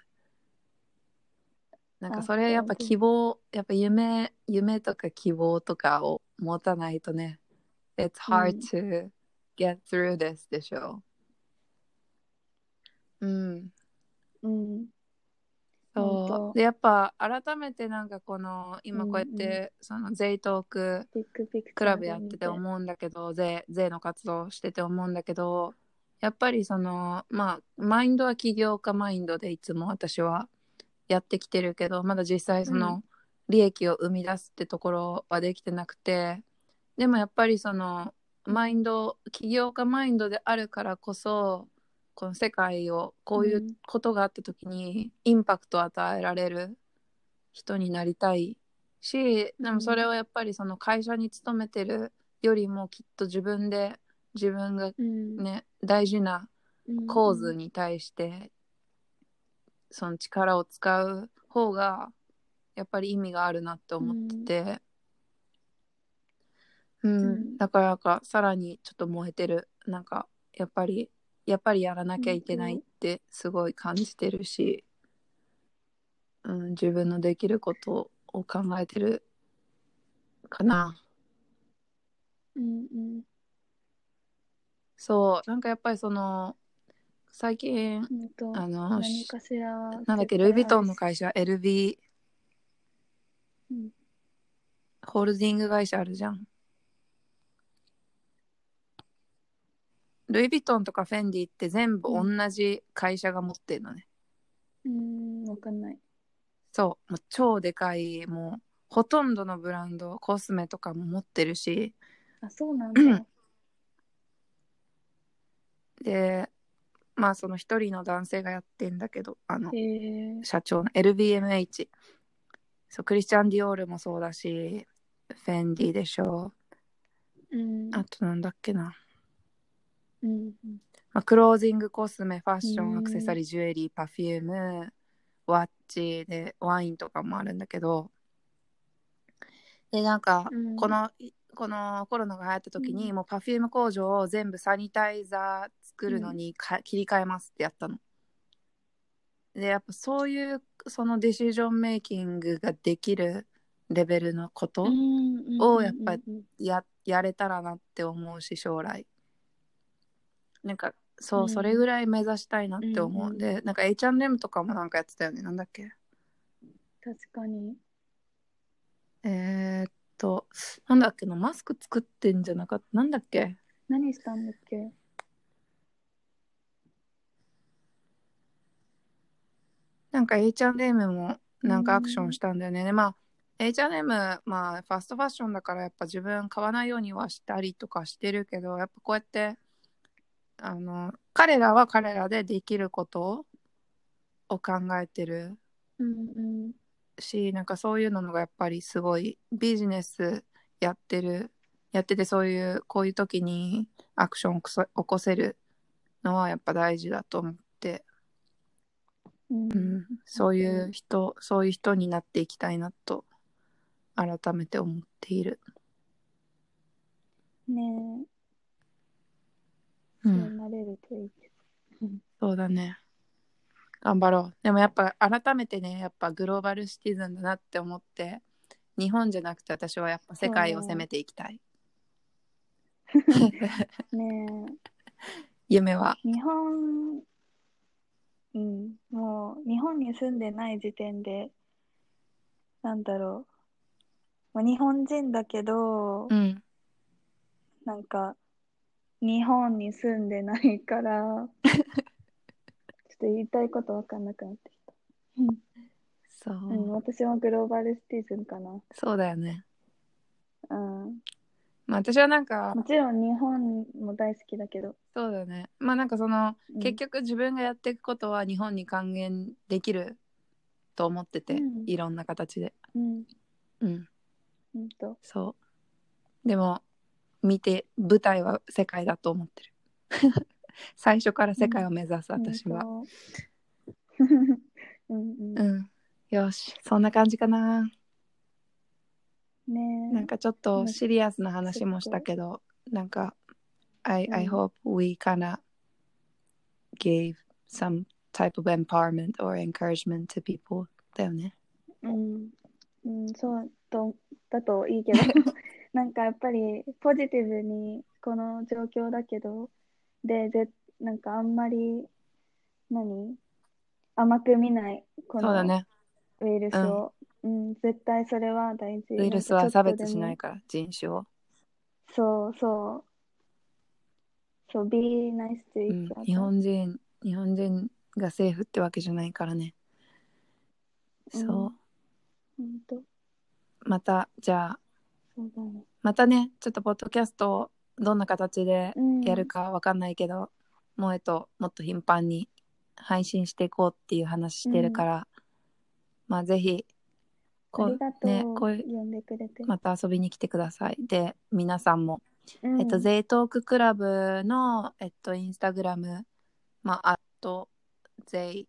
なんかそれやっぱ希望、やっぱ夢とか希望とかを持たないとね、it's hard to get through this でしょ。うん。 うん。 そうでやっぱ改めてなんかこの今こうやってそのゼイトークビッグピクチクラャーで見てブやってて思うんだけど、税の活動してて思うんだけど、やっぱりそのまあマインドは起業家マインドでいつも私はやってきてるけど、まだ実際その利益を生み出すってところはできてなくて、でもやっぱりそのマインド、起業家マインドであるからこそ、この世界をこういうことがあった時にインパクトを与えられる人になりたいし、でもそれをやっぱりその会社に勤めてるよりもきっと自分がね、大事な構図に対してその力を使う方がやっぱり意味があるなって思ってて、だからかさらにちょっと燃えてる。なんかやっぱりやらなきゃいけないってすごい感じてるし、自分のできることを考えてるかな。そうなんかやっぱりその最近何かしらなんだっけ、ルイ・ヴィトンの会社 LV、ホールディング会社あるじゃん。ルイ・ヴィトンとかフェンディって全部同じ会社が持ってるのね。 わかんない。 そう、もう超でかい、もうほとんどのブランド、コスメとかも持ってるし。 あ、そうなんだ。 で、まあその一人の男性がやってんだけど、社長の LVMH。そう、クリスチャン・ディオールもそうだし、フェンディでしょ。あとなんだっけな。まあ、クロージング、コスメ、ファッション、アクセサリー、ジュエリー、パフューム、ワッチでワインとかもあるんだけど、でなんか、このコロナが流行った時に、もうパフューム工場を全部サニタイザー作るのに切り替えますってやったの。でやっぱそういうそのディシジョンメイキングができるレベルのことをやっぱやれたらなって思うし、将来なんかそれぐらい目指したいなって思う。でなんか H&M とかもなんかやってたよね。なんだっけ。 確かに。 なんだっけな、マスク作ってんじゃなかった。なんだっけ。 何したんだっけ。 なんか H&M もなんかアクションしたんだよね。まあ H&M、まあファストファッションだからやっぱ自分買わないようにはしたりとかしてるけど、やっぱこうやって彼らは彼らでできることを考えてるし、なんかそういうのがやっぱりすごいビジネスやってて、そういうこういう時にアクションを起こせるのはやっぱ大事だと思って、そういう人になっていきたいなと改めて思っている。 ねえ、そうなれるといいけど。 そうだね。頑張ろう。でもやっぱ改めてね、やっぱグローバルシティズンだなって思って、日本じゃなくて私はやっぱ世界を攻めていきたい。 ねえ。 夢は。 日本、もう日本に住んでない時点で、なんだろう。まあ、日本人だけど、なんか、日本に住んでないから、ちょっと言いたいことわかんなくなってきた。 そう。 私もグローバルシティズンかな。 そうだよね。まあ私はなんか、 もちろん日本も大好きだけど。 そうだね。まあなんかその、結局自分がやっていくことは日本に還元できると思ってて、いろんな形で。そう。でも舞台は世界だと思ってる。最初から世界を目指す私は。 うんよし、そんな感じかな。 ねなんかちょっとシリアスな話もしたけど、なんかI hope we kinda gave some type of empowerment or encouragement to people だよね。 そうだといいけどなんかやっぱりポジティブにこの状況だけどなんかあんまり甘く見ないこのそうだね。 ウイルスを、絶対それは大事。 ウイルスは差別しないから人種を。 そう、be nice to each other。 日本人がセーフってわけじゃないからね。そう。またじゃあ、またね、ちょっとポッドキャストをどんな形でやるかわかんないけど、もっと頻繁に配信していこうっていう話してるから、まあぜひありがとう、呼んでくれて。 また遊びに来てください。で、皆さんも、ゼイトーククラブの、インスタグラム、@ZEITHEY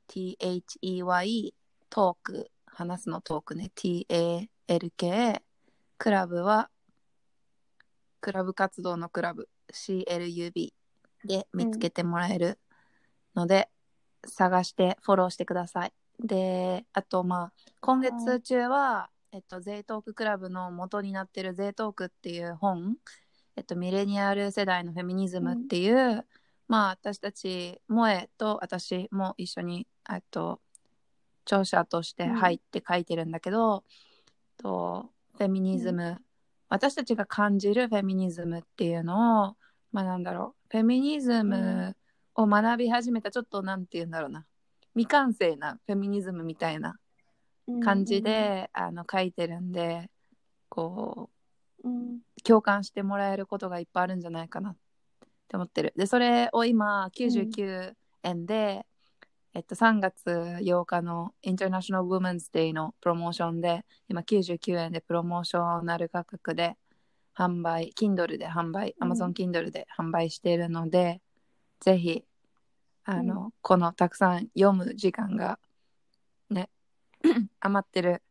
トーク、話すのトークね、TALK、クラブは、クラブ活動のクラブ、CLUB で見つけてもらえるので、探してフォローしてください。で、あと今月中は、ゼイトーククラブの元になってるゼイトークっていう本、ミレニアル世代のフェミニズムっていう、私たち萌えと私も一緒に著者として入って書いてるんだけど、フェミニズム、私たちが感じるフェミニズムっていうのを、フェミニズムを学び始めた、ちょっとなんて言うんだろうな、未完成なフェミニズムみたいな感じで、書いてるんで、こう、共感してもらえることがいっぱいあるんじゃないかなって思ってる。で、それを今99円で、3月8日のインターナショナル・ウーマンズ・デイのプロモーションで今99円でプロモーショナル価格で販売、Kindle で販売、Amazon Kindle で販売しているので、ぜひこのたくさん読む時間がね余ってる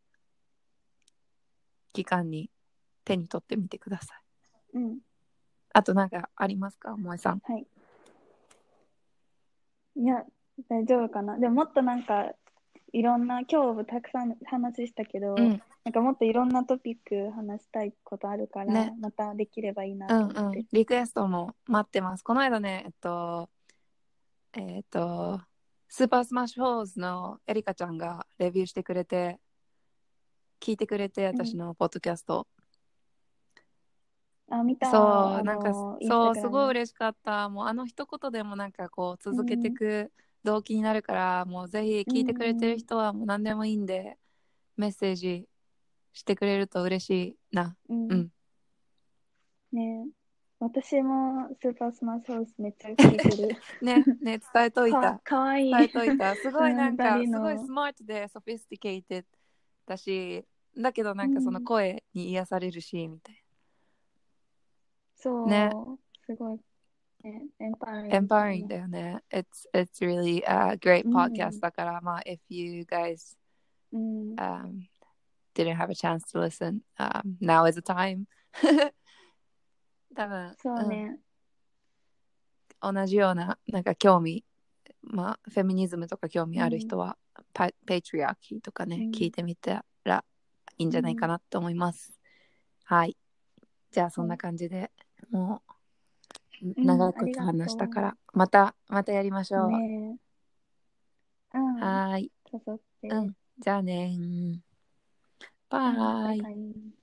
期間に手に取ってみてください。あとなんかありますか、萌さん。 はい。いや、大丈夫かな。でももっとなんかいろんな今日たくさん話したけど、なんかもっといろんなトピック話したいことあるから、またできればいいなと思って、 リクエストも待ってます。この間ね、スーパースマッシュホーズのエリカちゃんがレビューしてくれて、聞いてくれて、私のポッドキャスト。 見た。 そう、なんかそう、すごい嬉しかった。もうあの一言でもなんかこう続けていく動機になるから、もうぜひ聞いてくれてる人はもう何でもいいんで、メッセージしてくれると嬉しいな。 ね、私もスーパースマッシュホースめっちゃ聞いてる。 ね、伝えといた。 かわいい。 伝えといた。すごいなんか、すごいスマートでソフィスティケイテッドだし、だけどなんかその声に癒されるし、みたいな。 そう、 ね、 すごい、ね、 empowering だよね。It's really a great podcast だから、if you guys didn't have a chance to listen, now is the time. 多分、 そうね、 同じようななんか興味、フェミニズムとか興味ある人は、ペイトリアキーとかね、聞いてみたらいいんじゃないかなと思います。はい。じゃあそんな感じで、もう長いこと話したから、またやりましょう。はい。じゃあね。バイ。